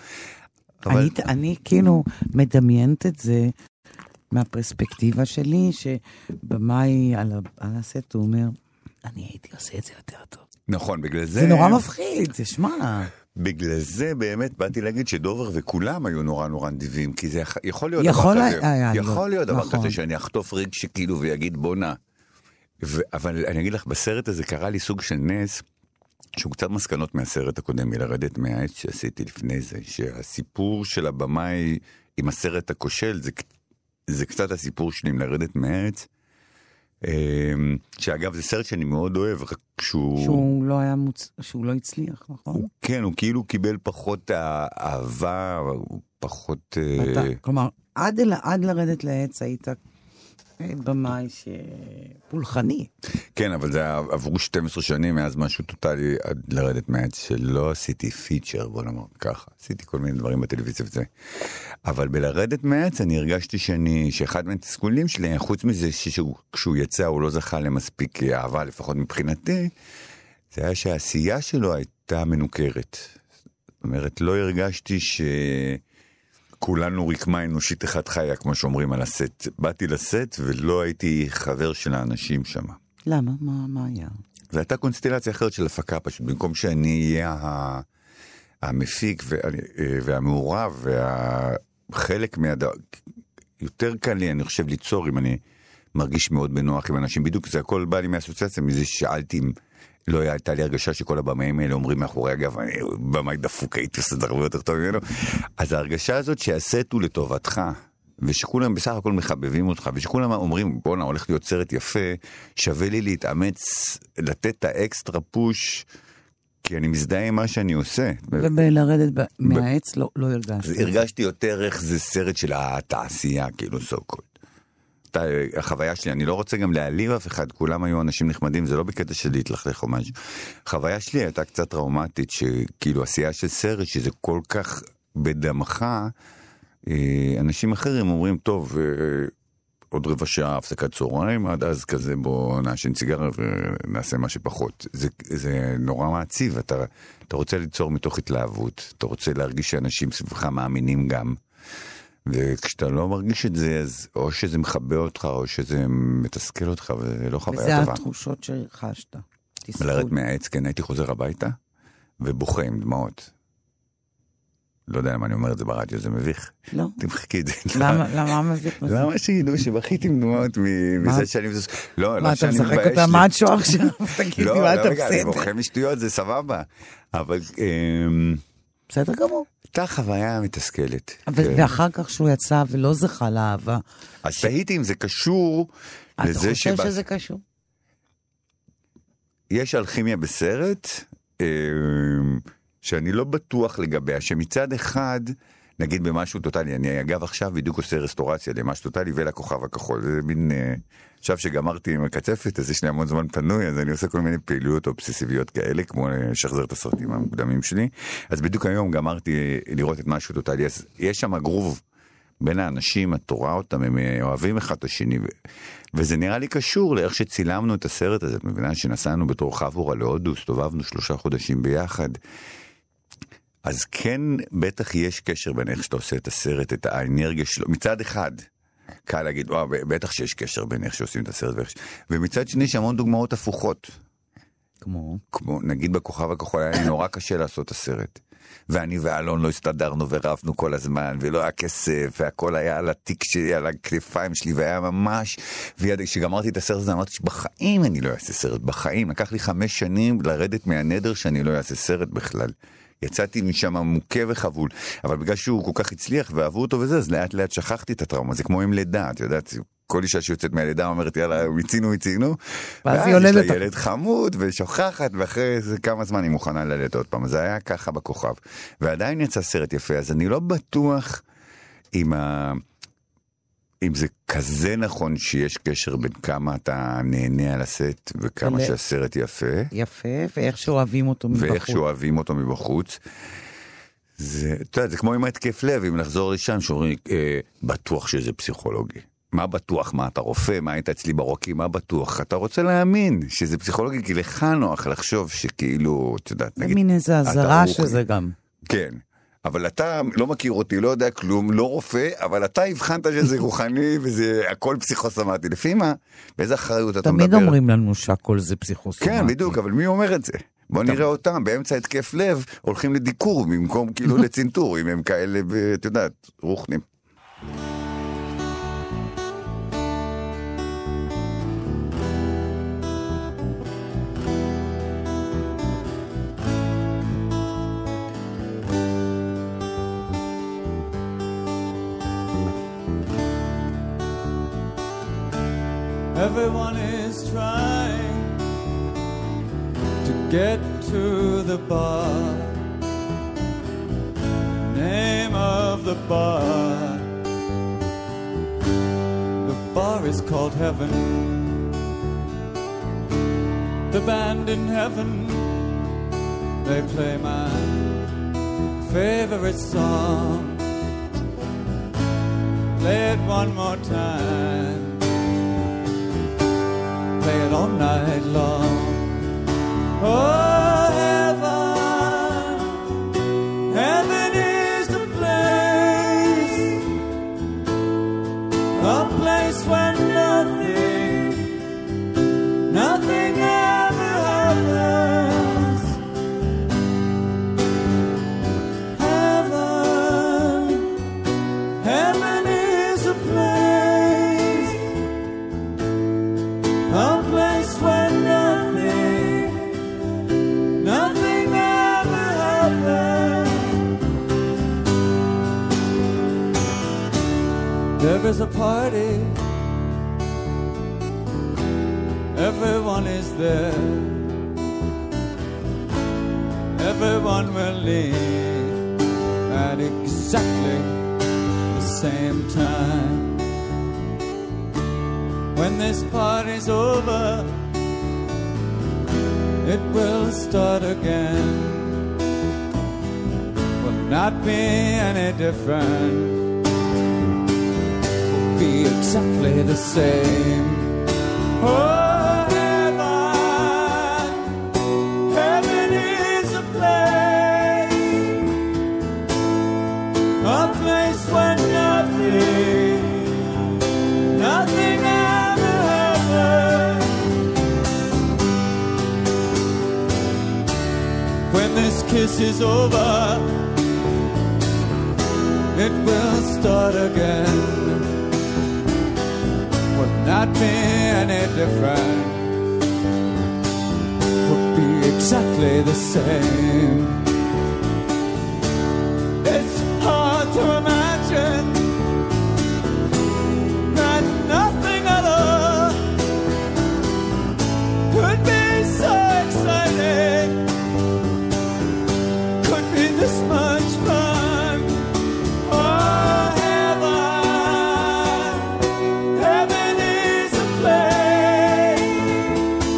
אני כאילו מדמיינת את זה מהפרספקטיבה שלי, שבמאי על הסט הוא אומר, אני הייתי עושה את זה יותר טוב. נכון, בגלל זה... זה נורא מפחיד, זה שמע. בגלל זה באמת באתי להגיד שדובר וכולם היו נורא נורא נדיבים, כי זה יכול להיות דבר כזה. יכול להיות דבר כזה שאני אחטוף ריג שכאילו ויגיד בוא נע. אבל אני אגיד לך, בסרט הזה קרה לי סוג של נס, שהוא קצת מסקנות מהסרט הקודם, מלרדת מהעץ שעשיתי לפני זה, שהסיפור של הבמאי עם הסרט הכושל, זה קצת הסיפור שלי עם לרדת מהעץ, שאגב זה סרט שאני מאוד אוהב, רק שהוא לא הצליח, נכון? כן, הוא כאילו קיבל פחות אהבה, פחות... כלומר, עד לרדת לעץ היית במאי פולחני. כן, אבל זה עברו 12 שנים מאז משהו טוטלי עד לרדת מהעץ, שלא עשיתי פיצ'ר, בוא נאמר ככה. עשיתי כל מיני דברים בטלוויזיה וזה. אבל בלרדת מהעץ אני הרגשתי שאחד מהתסכולים שלי, חוץ מזה שכשהוא יצא הוא לא זכה למספיק אהבה, לפחות מבחינתי, זה היה שהעשייה שלו הייתה מנוכרת. זאת אומרת, לא הרגשתי כולנו רקמה אנושית אחד חיה, כמו שאומרים על הסט. באתי לסט ולא הייתי חבר של האנשים שם. למה? מה היה? זו הייתה קונסטלציה אחרת של הפקה, פשוט במקום שאני אהיה המפיק והמעורב והחלק יותר קל לי, אני חושב, ליצור אם אני מרגיש מאוד בנוח עם אנשים. בדיוק זה הכל בא לי מאסוציאציה, מזה ששאלתי אם לא הייתה לי הרגשה שכל הבמאים האלה אומרים מאחורי אגב, אני במאי דפוק, הייתי עושה את הרבה יותר טוב ממנו. אז ההרגשה הזאת שהסט הוא לטובתך, ושכולם בסך הכל מחבבים אותך, ושכולם אומרים, בוא'נה, הולך להיות סרט יפה, שווה לי להתאמץ, לתת את האקסטרה פוש, כי אני מזדהה עם מה שאני עושה. ובלרדת מהעץ לא הרגשתי. הרגשתי יותר איך זה סרט של התעשייה, כאילו סו-קולד. החוויה שלי, אני לא רוצה גם להעליב אף אחד, כולם היו אנשים נחמדים, זה לא בקטע של להתלכלך או משהו. החוויה שלי הייתה קצת טראומטית, שכאילו עשייה של סרט, שזה כל כך בדמך, אנשים אחרים אומרים, טוב, עוד רבע שעה הפסקת צהריים, עד אז כזה בוא נעשן סיגריה ונעשה מה שפחות. זה נורא מעציב, אתה רוצה ליצור מתוך התלהבות, אתה רוצה להרגיש שאנשים סביבך מאמינים גם, וכשאתה לא מרגיש את זה, אז או שזה מחבא אותך, או שזה מתסכל אותך, ולא חוויה טובה. וזה התחושות שחשת. לרדת מהעץ, כן, הייתי חוזר הביתה, ובוכה עם דמעות. לא יודע למה אני אומר את זה ברדיו, זה מביך. לא. תמחקי את זה. למה מביך? למה שידעו שבכיתי עם דמעות מזה שאני... לא, מה, אתה משחק אותה מאצ'ו עכשיו? תגידי, מה אתה בסדר? אני בוחר משטויות, זה סבבה. אבל... בסדר גמור. הייתה חוויה מתסכלת. ואחר כך שהוא יצא ולא זכה לאהבה. אז תהיתי אם זה קשור לזה אתה חושב שזה קשור? יש אלכימיה בסרט, שאני לא בטוח לגביה, שמצד אחד, נגיד במשהו טוטלי, אני אגב עכשיו בדיוק עושה רסטורציה למשהו טוטלי ולכוכב הכחול, זה מין, עכשיו שגמרתי עם הקצפת, אז יש לי המון זמן פנוי, אז אני עושה כל מיני פעילויות אובססיביות כאלה, כמו לשחזר את הסרטים המוקדמים שלי, אז בדיוק היום גמרתי לראות את משהו טוטלי, אז יש שם גרוב בין האנשים, את רואה אותם, הם אוהבים אחד את השני, וזה נראה לי קשור לאיך שצילמנו את הסרט הזה, את מבינה שנסענו בתור חבורה להודו, הסתובבנו 3 חודשים ביחד, אז כן, בטח יש קשר בין איך שאתה עושה את הסרט, את האנרגיה שלו, מצד אחד, קל להגיד, בטח שיש קשר בין איך שעושים את הסרט, ומצד שני יש המון דוגמאות הפוכות. כמו, נגיד בכוכב הכחול, היה לי נורא קשה לעשות את הסרט. ואני ואלון לא הסתדרנו ורבנו כל הזמן, ולא היה כסף, והכל היה על התיק שלי, על הכתפיים שלי, והיה ממש, וכשגמרתי את הסרט הזה, אמרתי שבחיים אני לא אעשה סרט, בחיים. לקח לי 5 שנים לרדת מהנדר שאני לא אעשה סרט בכלל. יצאתי משם מוכה וחבול, אבל בגלל שהוא כל כך הצליח ואהבו אותו וזה, אז לאט לאט שכחתי את הטראומה, זה כמו עם לידה, את יודעת, כל אישה שיוצאת מהלידה אומרת, יאללה, מיצינו, ואז יש לה ילד חמוד ושוכחת, ואחרי כמה זמן היא מוכנה ללדת עוד פעם, זה היה ככה בכוכב, ועדיין יצא סרט יפה, אז אני לא בטוח אם זה כזה נכון שיש קשר בין כמה אתה נהנה על הסט וכמה שהסרט יפה. יפה, ואיך שאוהבים אותו מבחוץ. ואיך שאוהבים אותו מבחוץ. זה, אתה יודע, זה כמו עם התקף לב, אם נחזור לשם, שאומרים, בטוח שזה פסיכולוגי. מה בטוח? מה אתה רופא? מה היית אצלי ברוקי? מה בטוח? אתה רוצה להאמין שזה פסיכולוגי, כי לך נוח לחשוב שכאילו, אתה יודע, נגיד... מין איזה הזרה שזה גם. כן. אבל אתה לא מכיר אותי, לא יודע כלום, לא רופא, אבל אתה הבחנת שזה רוחני וזה הכל פסיכוסומטי. לפי מה? באיזה אחריות אתה מדבר? תמיד אומרים לנו שהכל זה פסיכוסומטי. כן, בדיוק, אבל מי אומר את זה? בוא נראה אותם, באמצע התקף לב, הולכים לדיקור במקום כאילו לצנתור, אם הם כאלה, אתה יודעת, רוחנים. Everyone is trying to get to the bar. Name of the bar. The bar is called Heaven. The band in heaven, they play my favorite song. Play it one more time. Play it all night long. Oh, heaven, heaven is the place, a place where nothing ever happens. Heaven, heaven is a place, a place where nothing ever happens. There is a party, everyone is there, everyone will leave at exactly the same time. When this party's over, it will start again. Will not be any different. Will be exactly the same. Oh, heaven, heaven is a place where nothing ever happens. When this kiss is over, it will start again. Would not be any different, would be exactly the same. It's hard to imagine that nothing other could be so exciting, could be this much fun. Oh, heaven, heaven is a place,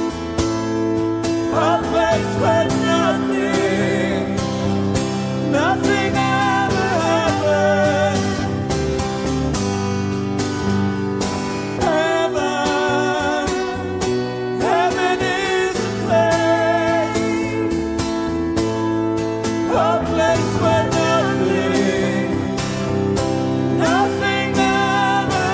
a place where nothing, nothing ever happens. Heaven, heaven is a place, a place where nothing, nothing ever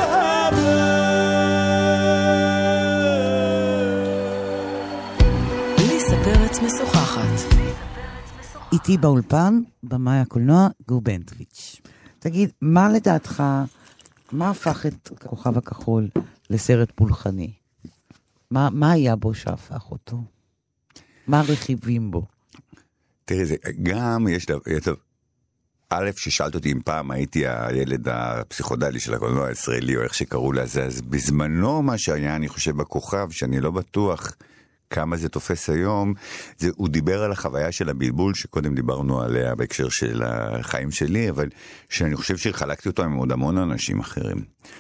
happens. ליסה פרץ משוחחת. איתי באולפן, במאי הקולנוע, גור בנטוויץ'. תגיד, מה לדעתך, מה הפך את כוכב הכחול לסרט פולחני? מה היה בו שהפך אותו? מה הרכיבים בו? תראי, זה גם יש טוב, א', ששאלת אותי אם פעם הייתי הילד הפסיכודלי של הקולנוע הישראלי, או איך שקראו לזה, אז בזמנו מה שהיה, אני חושב, בכוכב, שאני לא בטוח כמה זה תופס היום, הוא דיבר על החוויה של הבלבול, שקודם דיברנו עליה בהקשר של החיים שלי, אבל שאני חושב שחלקתי אותו עם עוד המון אנשים אחרים.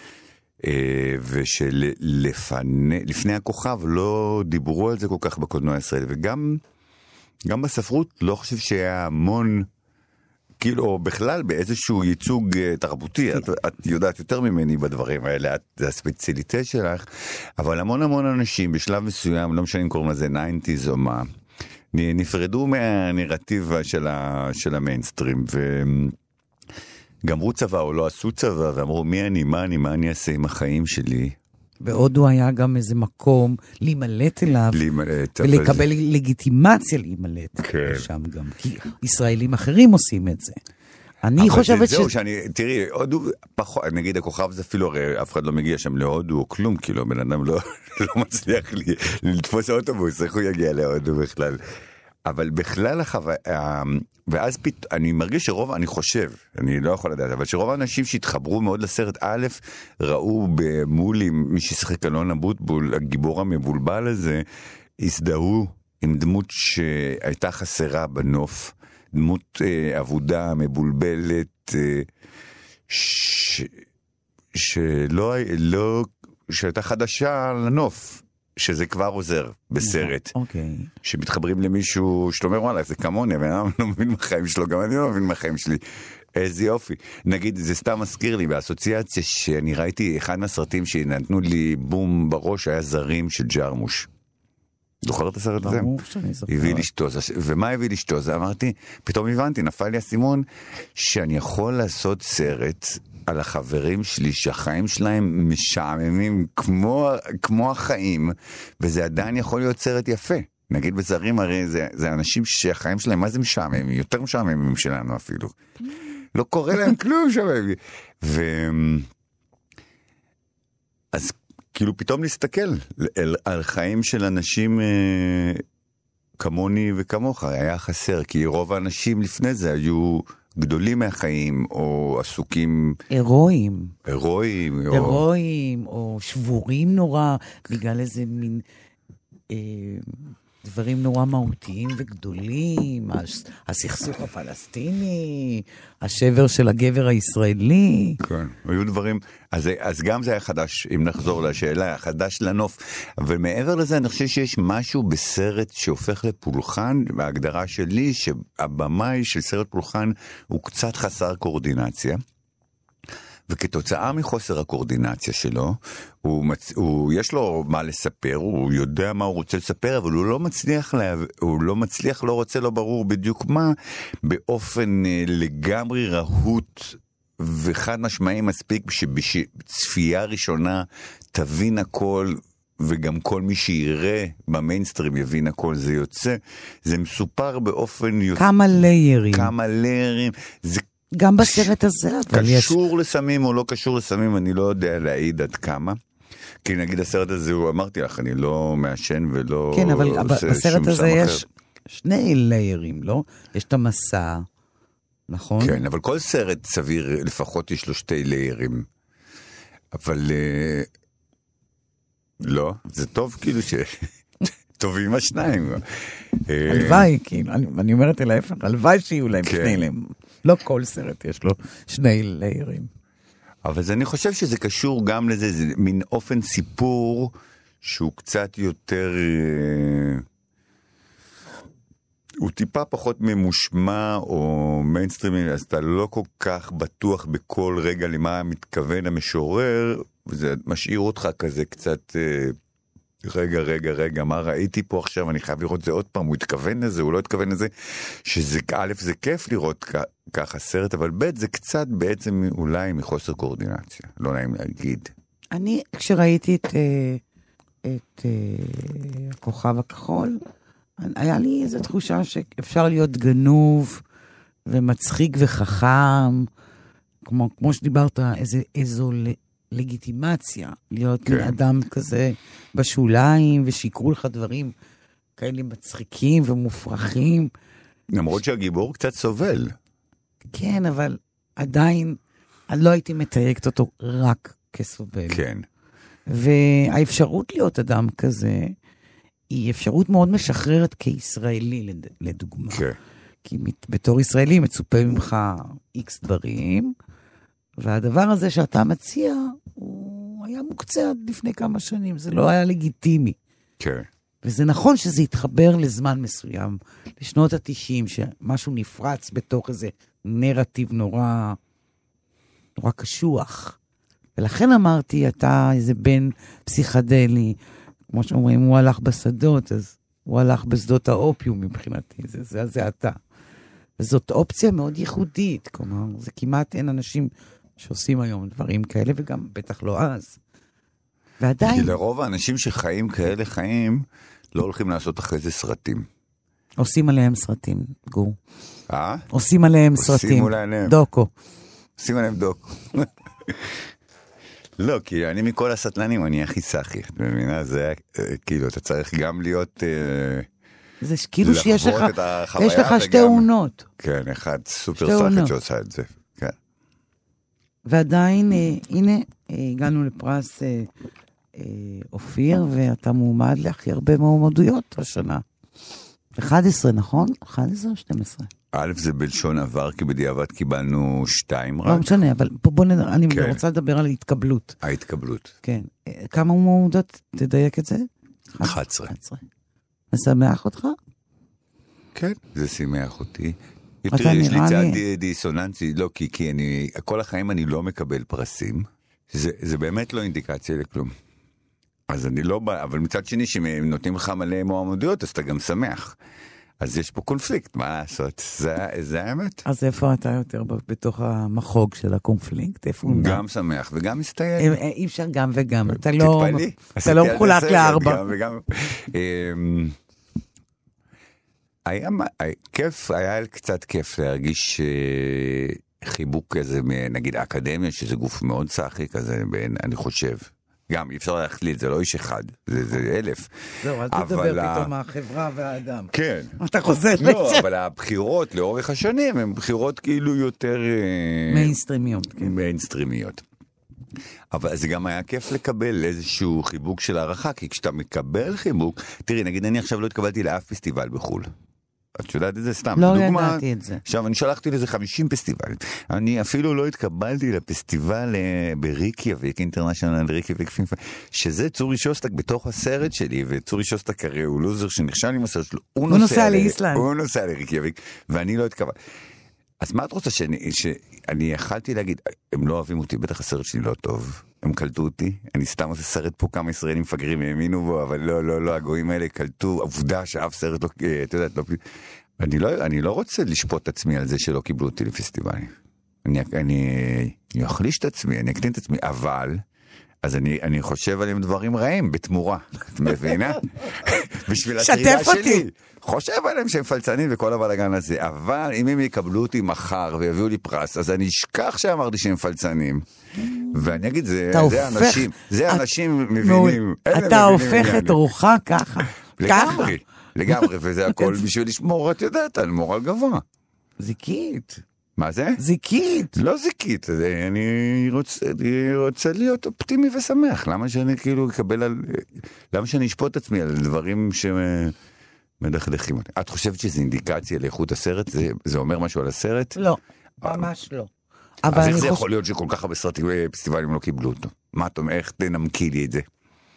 ושלפני הכוכב לא דיברו על זה כל כך בקולנוע הישראלי, וגם בספרות לא חושב שהיה המון, כאילו בכלל באיזשהו ייצוג תרבותי, את יודעת יותר ממני בדברים האלה, זה הספציאליטה שלך, אבל המון אנשים בשלב מסוים, לא משנה אם קוראים לזה 90s או מה, נפרדו מהנרטיב של המיינסטרים, וגמרו צבא או לא עשו צבא, ואמרו מה אני אעשה עם החיים שלי. בהודו היה גם איזה מקום להימלט אליו, ולקבל לגיטימציה להימלט שם גם, כי ישראלים אחרים עושים את זה. אני חושבת תראי, הודו, נגיד הכוכב זה אפילו, הרי אף אחד לא מגיע שם להודו או כלום, כאילו בן אדם לא מצליח לתפוס האוטובוס, איך הוא יגיע להודו בכלל. אבל בכלל ואז אני מרגיש שרוב, אני חושב, אני לא יכול לדעת, אבל שרוב האנשים שהתחברו מאוד לסרט א', ראו במולי, מי ששחק אלון אבוטבול, הגיבור המבולבל הזה, הזדהו עם דמות שהייתה חסרה בנוף, דמות עבודה מבולבלת, שהייתה חדשה לנוף. שזה כבר עוזר בסרט. שמתחברים למישהו שאתה אומר, וואלה, זה כמוני, ואני לא מבין מהחיים שלו, גם אני לא מבין מהחיים שלי. איזה יופי. נגיד, זה סתם מזכיר לי, באסוציאציה שאני ראיתי, אחד מהסרטים שנתנו לי בום בראש, היה זרים של ג'רמוש. זוכר את הסרט הזה? ברור שאני זוכר. הביא לשתות. ומה הביא לשתות? אמרתי, פתאום הבנתי, נפל לי הסימון, שאני יכול לעשות סרט על החברים שלי, שהחיים שלהם משעממים כמו החיים, וזה עדיין יכול להיות סרט יפה. נגיד בזרים, הרי זה אנשים שהחיים שלהם, מה זה משעממים? יותר משעממים שלנו אפילו. לא קורה להם כלום שעממים. אז כאילו פתאום להסתכל על חיים של אנשים כמוני וכמוך, היה חסר, כי רוב האנשים לפני זה היו גדולים מהחיים, או עסוקים... הירואיים, או שבורים נורא, בגלל איזה מין דברים נורא מהותיים וגדולים, הסכסוך הפלסטיני, השבר של הגבר הישראלי. כן, היו דברים, אז גם זה היה חדש, אם נחזור לשאלה, חדש לנוף, אבל מעבר לזה אני חושב שיש משהו בסרט שהופך לפולחן, בהגדרה שלי, שהבמאי של סרט פולחן הוא קצת חסר קורדינציה, וכתוצאה מחוסר הקורדינציה שלו, יש לו מה לספר, הוא יודע מה הוא רוצה לספר, אבל הוא לא מצליח, לא רוצה, לא ברור בדיוק מה, באופן לגמרי רהוט וחד משמעי מספיק, שבצפייה ראשונה תבין הכל, וגם כל מי שיראה במיינסטרים יבין הכל, זה יוצא, זה מסופר באופן... כמה ליירים. כמה ליירים, זה גם בסרט הזה, אבל יש... קשור לסמים או לא קשור לסמים, אני לא יודע להעיד עד כמה. כי נגיד הסרט הזה, אמרתי לך, אני לא מעשן ולא... כן, אבל בסרט הזה יש שני ליירים, לא? יש את המסע, נכון? כן, אבל כל סרט סביר, לפחות יש לו שתי ליירים. אבל... לא, זה טוב כאילו ש... טובים השניים. הלוואי, כאילו, אני אומרת אל ההפך, הלוואי שיהיו להם שני ליירים. לא כל סרט יש לו שני ליירים. אבל אני חושב שזה קשור גם לזה, זה מין אופן סיפור שהוא קצת יותר... הוא טיפה פחות ממושמע או מיינסטרימי, אז אתה לא כל כך בטוח בכל רגע למה מתכוון המשורר, וזה משאיר אותך כזה קצת... רגע, מה ראיתי פה עכשיו? אני חייב לראות זה עוד פעם, הוא התכוון לזה, הוא לא התכוון לזה, שזה, א', זה כיף לראות ככה סרט, אבל ב', זה קצת בעצם אולי מחוסר קואורדינציה, לא נעים להגיד. אני, כשראיתי את הכוכב הכחול, היה לי איזו תחושה שאפשר להיות גנוב ומצחיק וחכם, כמו שדיברת, איזו לגיטימציה, להיות כן. אדם כזה בשוליים, ושיקרו לך דברים כאלה מצחיקים ומופרכים. למרות שהגיבור קצת סובל. כן, אבל עדיין, אני לא הייתי מתייגת אותו רק כסובל. כן. והאפשרות להיות אדם כזה, היא אפשרות מאוד משחררת כישראלי, לדוגמה. כן. כי בתור ישראלי מצופה ממך איקס דברים, והדבר הזה שאתה מציע, הוא היה מוקצה עד לפני כמה שנים, זה לא היה לגיטימי. כן. וזה נכון שזה התחבר לזמן מסוים, לשנות ה-90, שמשהו נפרץ בתוך איזה נרטיב נורא קשוח. ולכן אמרתי, אתה איזה בן פסיכדלי, כמו שאומרים, הוא הלך בשדות, אז הוא הלך בשדות האופיום מבחינתי, זה אתה. וזאת אופציה מאוד ייחודית, כלומר, זה כמעט אין אנשים שעושים היום דברים כאלה, וגם בטח לא אז. ועדיין... כי לרוב האנשים שחיים כאלה חיים, לא הולכים לעשות אחרי זה סרטים. עושים עליהם סרטים, גור. עושים עליהם סרטים. דוקו. עושים עליהם דוקו. לא, כי אני מכל הסטלנים, אני הכי סחי. את מבינה? זה כאילו, אתה צריך גם להיות... זה כאילו שיש לך שתי עונות. כן, אחד סופר סחי שעושה את זה. כן. ועדיין, הנה, הגענו לפרס אופיר, ואתה מועמד להכי הרבה מועמדויות השנה. 11, נכון? 11 או 12? א', זה בלשון עבר, כי בדיעבד קיבלנו 2 רק. לא משנה, אבל בוא נדבר, אני רוצה לדבר על ההתקבלות. ההתקבלות. כן. כמה מועמדות, תדייק את זה? 11. משמח אותך? כן, זה שימח אותי. תראי, יש לי צעד דיסוננסי, לא, כי כל החיים אני לא מקבל פרסים. זה באמת לא אינדיקציה לכלום. אז אני לא בא, אבל מצד שני, שהם נותנים לך מלא מועמדויות, אז אתה גם שמח. אז יש פה קונפליקט, מה לעשות? זה האמת. אז איפה אתה יותר בתוך המחוג של הקונפליקט? גם שמח וגם מסתייג. אי אפשר גם וגם. אתה לא מחולק ל4. היה קצת כיף להרגיש חיבוק כזה, נגיד האקדמיה, שזה גוף מאוד סחי כזה, אני חושב. גם, אי אפשר להחליט, זה לא איש אחד, זה 1,000. זהו, אל תדבר פתאום מהחברה והאדם. כן. אתה חוזר לזה. לא, אבל הבחירות לאורך השנים, הן בחירות כאילו יותר... מיינסטרימיות. מיינסטרימיות. אבל זה גם היה כיף לקבל איזשהו חיבוק של הערכה, כי כשאתה מקבל חיבוק, תראי, נגיד, אני עכשיו לא התקבלתי לאף פסטיבל בחול. את יודעת את זה סתם? לא ידעתי את זה. עכשיו, אני שלחתי לזה 50 פסטיבלים. אני אפילו לא התקבלתי לפסטיבל בריקיאביק, אינטרנשיונל ריקיאביק, שזה צורי שוסטק בתוך הסרט שלי, וצורי שוסטק הרי הוא לוזר שנכשל עם הסרט שלו. הוא נוסע לאיסלנד. הוא נוסע לריקיאביק, ואני לא התקבלתי. אז מה את רוצה שאני יכלתי להגיד, הם לא אוהבים אותי, בטח הסרט שלי לא טוב. הם קלטו אותי, אני סתם עושה סרט פה, כמה ישראלים מפגרים האמינו בו, אבל לא, הגויים האלה קלטו, עובדה שאף סרט לא, אתה יודעת, אני לא רוצה לשפוט את עצמי על זה שלא קיבלו אותי לפסטיבלים. אני אחליש את עצמי, אני אקטין את עצמי, אבל אז אני חושב עליהם דברים רעים, בתמורה, את מבינה? בשביל הצרידה שלי. חושב עליהם שהם פלצנים וכל הבלגן הזה, אבל אם הם יקבלו אותי מחר ויביאו לי פרס, אז אני אשכח שאמרתי שהם פלצנים. ואני אגיד, זה אנשים מבינים. אתה הופך את רוחה ככה. לגמרי, וזה הכל בשביל לשמור, את יודעת, על מורל גבוה. זיקית. מה זה? זיקית. לא זיקית, אני רוצה להיות אופטימי ושמח. למה שאני כאילו למה שאני אשפוט עצמי על דברים שמדכדכים אותי? את חושבת שזה אינדיקציה לאיכות הסרט? זה אומר משהו על הסרט? לא, ממש לא. אז איך זה יכול להיות שכל כך הרבה סרטים פסטיבלים לא קיבלו אותו? מה אתה אומר, איך תנמקי לי את זה?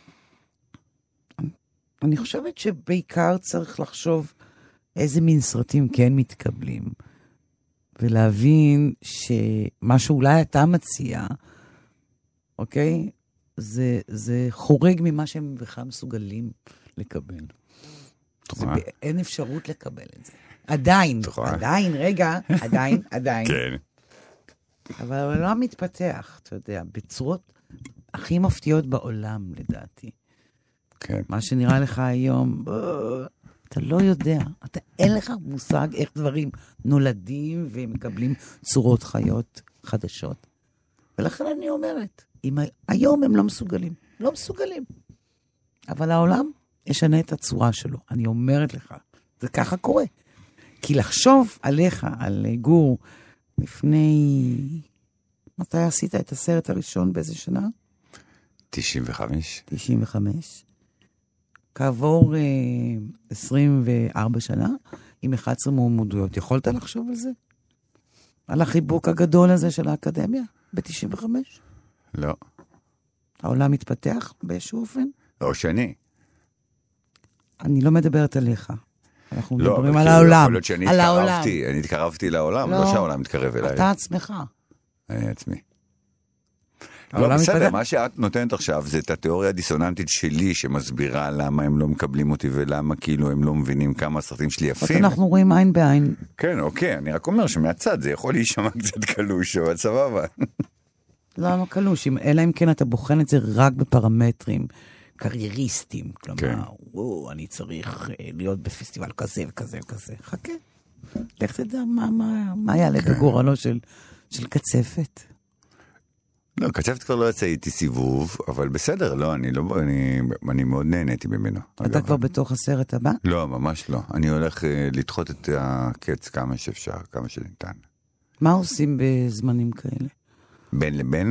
אני חושבת שבעיקר צריך לחשוב איזה מין סרטים כן מתקבלים. ולהבין שמה שאולי אתה מציע, אוקיי? זה חורג ממה שהם בכלל מסוגלים לקבל. אין אפשרות לקבל את זה. עדיין, רגע, עדיין. כן. אבל לא מתפתח, אתה יודע, בצורות הכי מפתיעות בעולם, לדעתי. כן. מה שנראה לך היום, אתה לא יודע, אין לך מושג איך דברים נולדים ומקבלים צורות חיות חדשות. ולכן אני אומרת, היום הם לא מסוגלים. אבל העולם ישנה את הצורה שלו. אני אומרת לך, זה ככה קורה. כי לחשוב עליך, על גור, לפני... מתי עשית את הסרט הראשון באיזה שנה? 95. כעבור 24 שנה, עם 11 מועמדויות. יכולת לחשוב על זה? על החיבוק הגדול הזה של האקדמיה? ב-95? לא. העולם מתפתח באיזשהו אופן? או שני. אני לא מדברת עליך. אנחנו לא, מדברים על העולם. יכול להיות שאני התקרבתי לעולם, לא שהעולם מתקרב אליי. אתה עצמך. אני עצמי. לא, בסדר, מה שאת נותנת עכשיו זה את התיאוריה הדיסוננטית שלי שמסבירה למה הם לא מקבלים אותי ולמה כאילו הם לא מבינים כמה הסרטים שלי יפים. אנחנו רואים עין בעין. כן, אוקיי, אני רק אומר שמהצד זה יכול להישמע קצת קלוש, אבל סבבה. לא קלוש, אלא אם כן אתה בוחן את זה רק בפרמטרים קרייריסטים. כלומר, אני צריך להיות בפסטיבל כזה וכזה וכזה. חכה, לך תדע מה יעלה בגורלו של קצפת. לא, קצפת כבר לא יצא איתי סיבוב, אבל בסדר, לא, אני מאוד נהניתי ממנו. אתה כבר בתוך הסרט הבא? לא, ממש לא. אני הולך לדחות את הקץ כמה שאפשר, כמה שניתן. מה עושים בזמנים כאלה? בין לבין?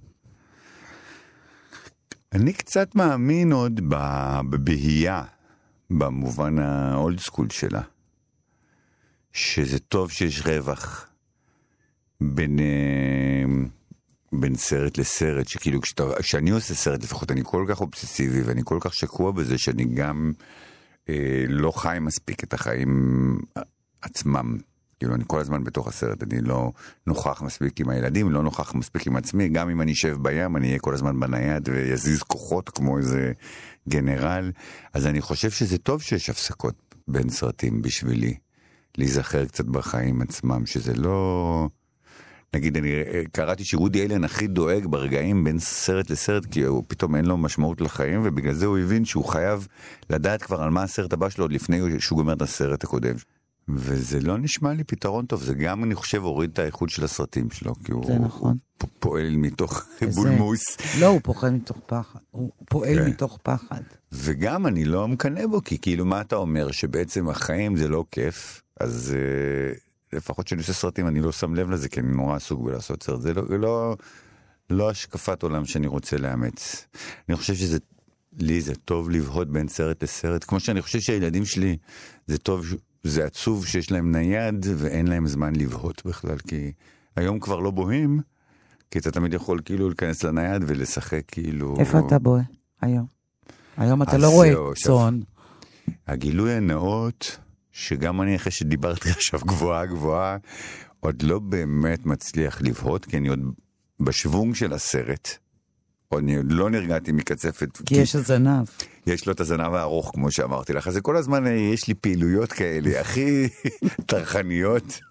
אני קצת מאמין עוד בבהייה, במובן האולד סקול שלה. שזה טוב שיש רווח בין סרט לסרט, שכאילו כשאני עושה סרט, לפחות אני כל כך אובססיבי, ואני כל כך שקוע בזה, שאני גם לא חי מספיק את החיים עצמם. כאילו, אני כל הזמן בתוך הסרט, אני לא נוכח מספיק עם הילדים, לא נוכח מספיק עם עצמי, גם אם אני אשב בים, אני אהיה כל הזמן בנייד, ויזיז כוחות כמו איזה גנרל. אז אני חושב שזה טוב שיש הפסקות בין סרטים בשבילי, להיזכר קצת בחיים עצמם, שזה לא... נגיד, אני קראתי שרודי אלן הכי דואג ברגעים בין סרט לסרט, כי הוא פתאום אין לו משמעות לחיים, ובגלל זה הוא הבין שהוא חייב לדעת כבר על מה הסרט הבא שלו, עוד לפני שהוא גומר את הסרט הקודם. וזה לא נשמע לי פתרון טוב, זה גם, אני חושב, הוריד את האיכות של הסרטים שלו, כי הוא נכון. פועל מתוך בולמוס. לא, הוא פוחד מתוך פחד. הוא פועל מתוך פחד. וגם אני לא מקנא בו, כי כאילו מה אתה אומר, שבעצם החיים זה לא כיף, אז... לפחות שאני עושה סרטים, אני לא שם לב לזה, כי אני נורא עסוק בלעשות סרט. זה לא השקפת עולם שאני רוצה לאמץ. אני חושב לי זה טוב לבהות בין סרט לסרט, כמו שאני חושב שהילדים שלי, זה עצוב שיש להם נייד, ואין להם זמן לבהות בכלל, כי היום כבר לא בוהים, כי אתה תמיד יכול כאילו להיכנס לנייד ולשחק כאילו... איפה אתה בוהה היום? היום אתה לא רואה צאן. הגילוי הנאות... שגם אני אחרי שדיברתי עכשיו גבוהה, עוד לא באמת מצליח לבהות, כי אני עוד בשוונג של הסרט, אני עוד לא נרגעתי מקצפת. כי יש הזנב. יש לו את הזנב הארוך, כמו שאמרתי לך, אז כל הזמן יש לי פעילויות כאלה, הכי טרחניות,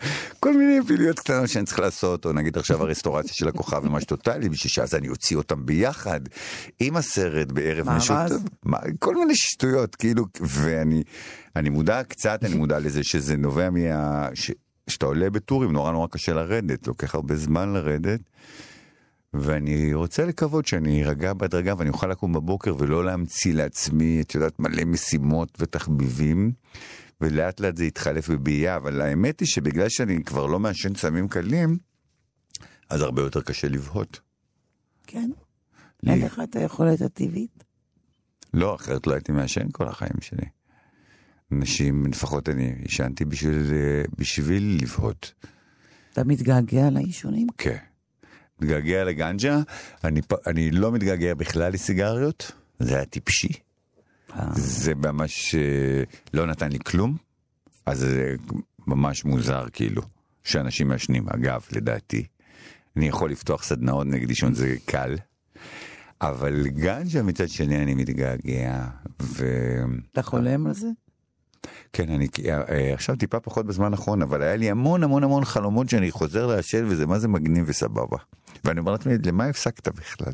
כל מיני פעילויות קטנות שאני צריך לעשות, או נגיד עכשיו הרסטורציה של הכוכב ממש טוטלי, בשביל שאז אני אוציא אותם ביחד, עם הסרט בערב משותף. כל מיני שטויות, כאילו, ואני מודע קצת, אני מודע לזה שזה נובע שאתה עולה בטורים, נורא נורא קשה לרדת, לוקח הרבה זמן לרדת, ואני רוצה לקוות שאני ארגע בהדרגה, ואני אוכל לקום בבוקר ולא להמציא לעצמי, את יודעת, מלא משימות ותחביבים, ולאט לאט זה יתחלף בבייה, אבל האמת היא שבגלל שאני כבר לא מעשן סמים קלים, אז הרבה יותר קשה לבהות. כן? אין לך את היכולת הטבעית? לא, אחרת לא הייתי מעשן כל החיים שלי. אנשים, לפחות אני, עישנתי בשביל לבהות. אתה מתגעגע לאישונים? כן. מתגעגע לגנג'ה, אני לא מתגעגע בכלל לסיגריות, זה היה טיפשי. זה ממש לא נתן לי כלום, אז זה ממש מוזר כאילו, שאנשים מעשנים. אגב, לדעתי, אני יכול לפתוח סדנאות נגד עישון, זה קל, אבל גנג'ה מצד שני אני מתגעגע. אתה חולם על זה? כן, אני עכשיו טיפה פחות בזמן האחרון, אבל היה לי המון המון המון חלומות שאני חוזר לעשן, וזה מה זה מגניב וסבבה. ואני אומר לעצמי, למה הפסקת בכלל?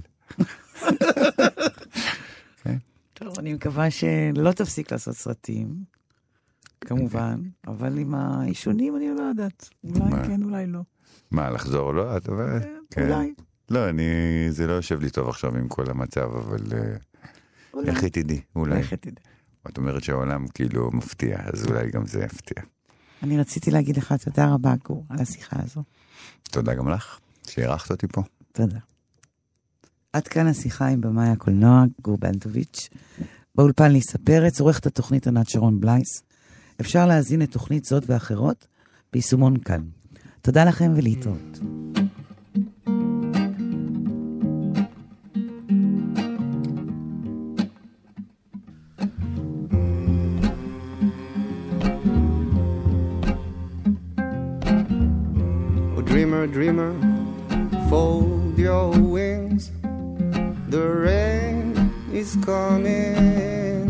טוב, אני מקווה שלא תפסיק לעשות סרטים, כמובן, אבל עם האישונים אני לא יודעת. אולי כן, אולי לא. מה, לחזור לא? את אומרת? אולי. לא, זה לא יושב לי טוב עכשיו עם כל המצב, אבל איך תדעי? אולי. איך תדעי. את אומרת שהעולם כאילו מפתיע, אז אולי גם זה יפתיע. אני רציתי להגיד לך תודה רבה, גור, על השיחה הזו. תודה גם לך, שהערכת אותי פה. תודה. עד כאן השיחה עם במאי הקולנוע, גור בנטוביץ'. באולפן ליסה פרץ, עורכת התוכנית ענת שרון בלייס. אפשר להזין את תוכנית זאת ואחרות ביישומון כאן. תודה לכם ולהתראות. Dreamer, dreamer, fold your wings. The rain is coming.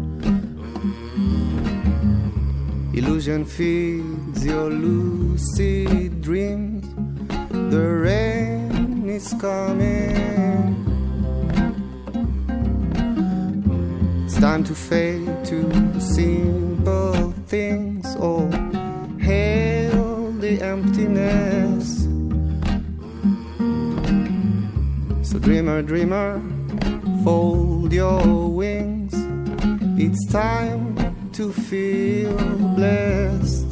Illusion feeds your lucid dreams. The rain is coming. It's time to fade to simple things. Oh, hail the emptiness. So dreamer, dreamer, fold your wings. It's time to feel blessed.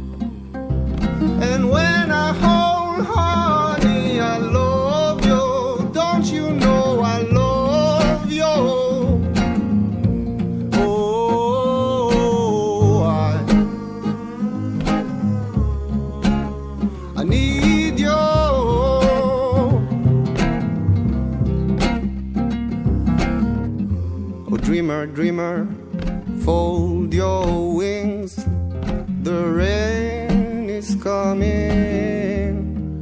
And when I hold honey, I love you. Don't you know I love you? Oh, I need you. Oh, dreamer, dreamer, fold your wings. The rain is coming.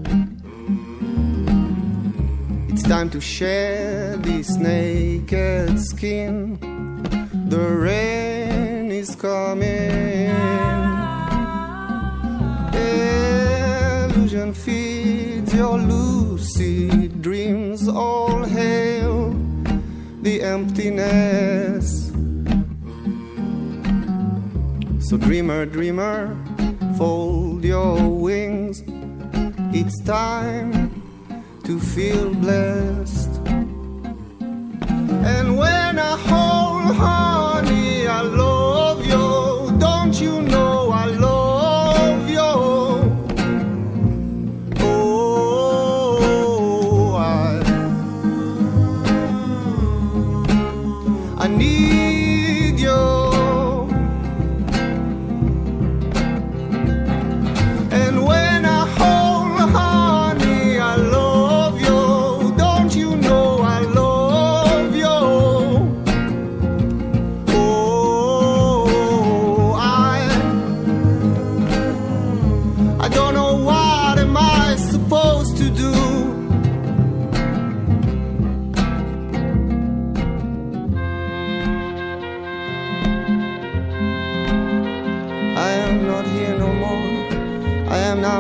It's time to shed this naked skin. The rain is coming. Illusion feeds your lucid dreams. All hail the emptiness. So dreamer, dreamer, fold your wings. It's time to feel blessed. And when I hold honey, I love you. Don't you know I love you? Oh, I need you.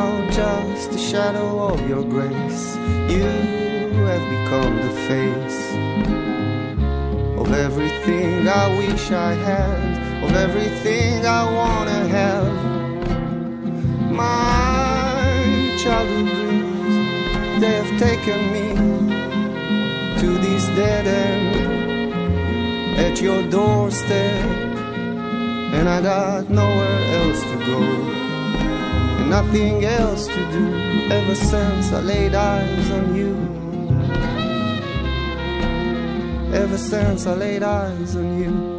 just a shadow of your grace. You have become the face of everything I wish I had, of everything I wanna have. My childhood dreams, they have taken me to this dead end at your doorstep, and I got nowhere else to go and nothing else to do ever since I laid eyes on you. Ever since I laid eyes on you.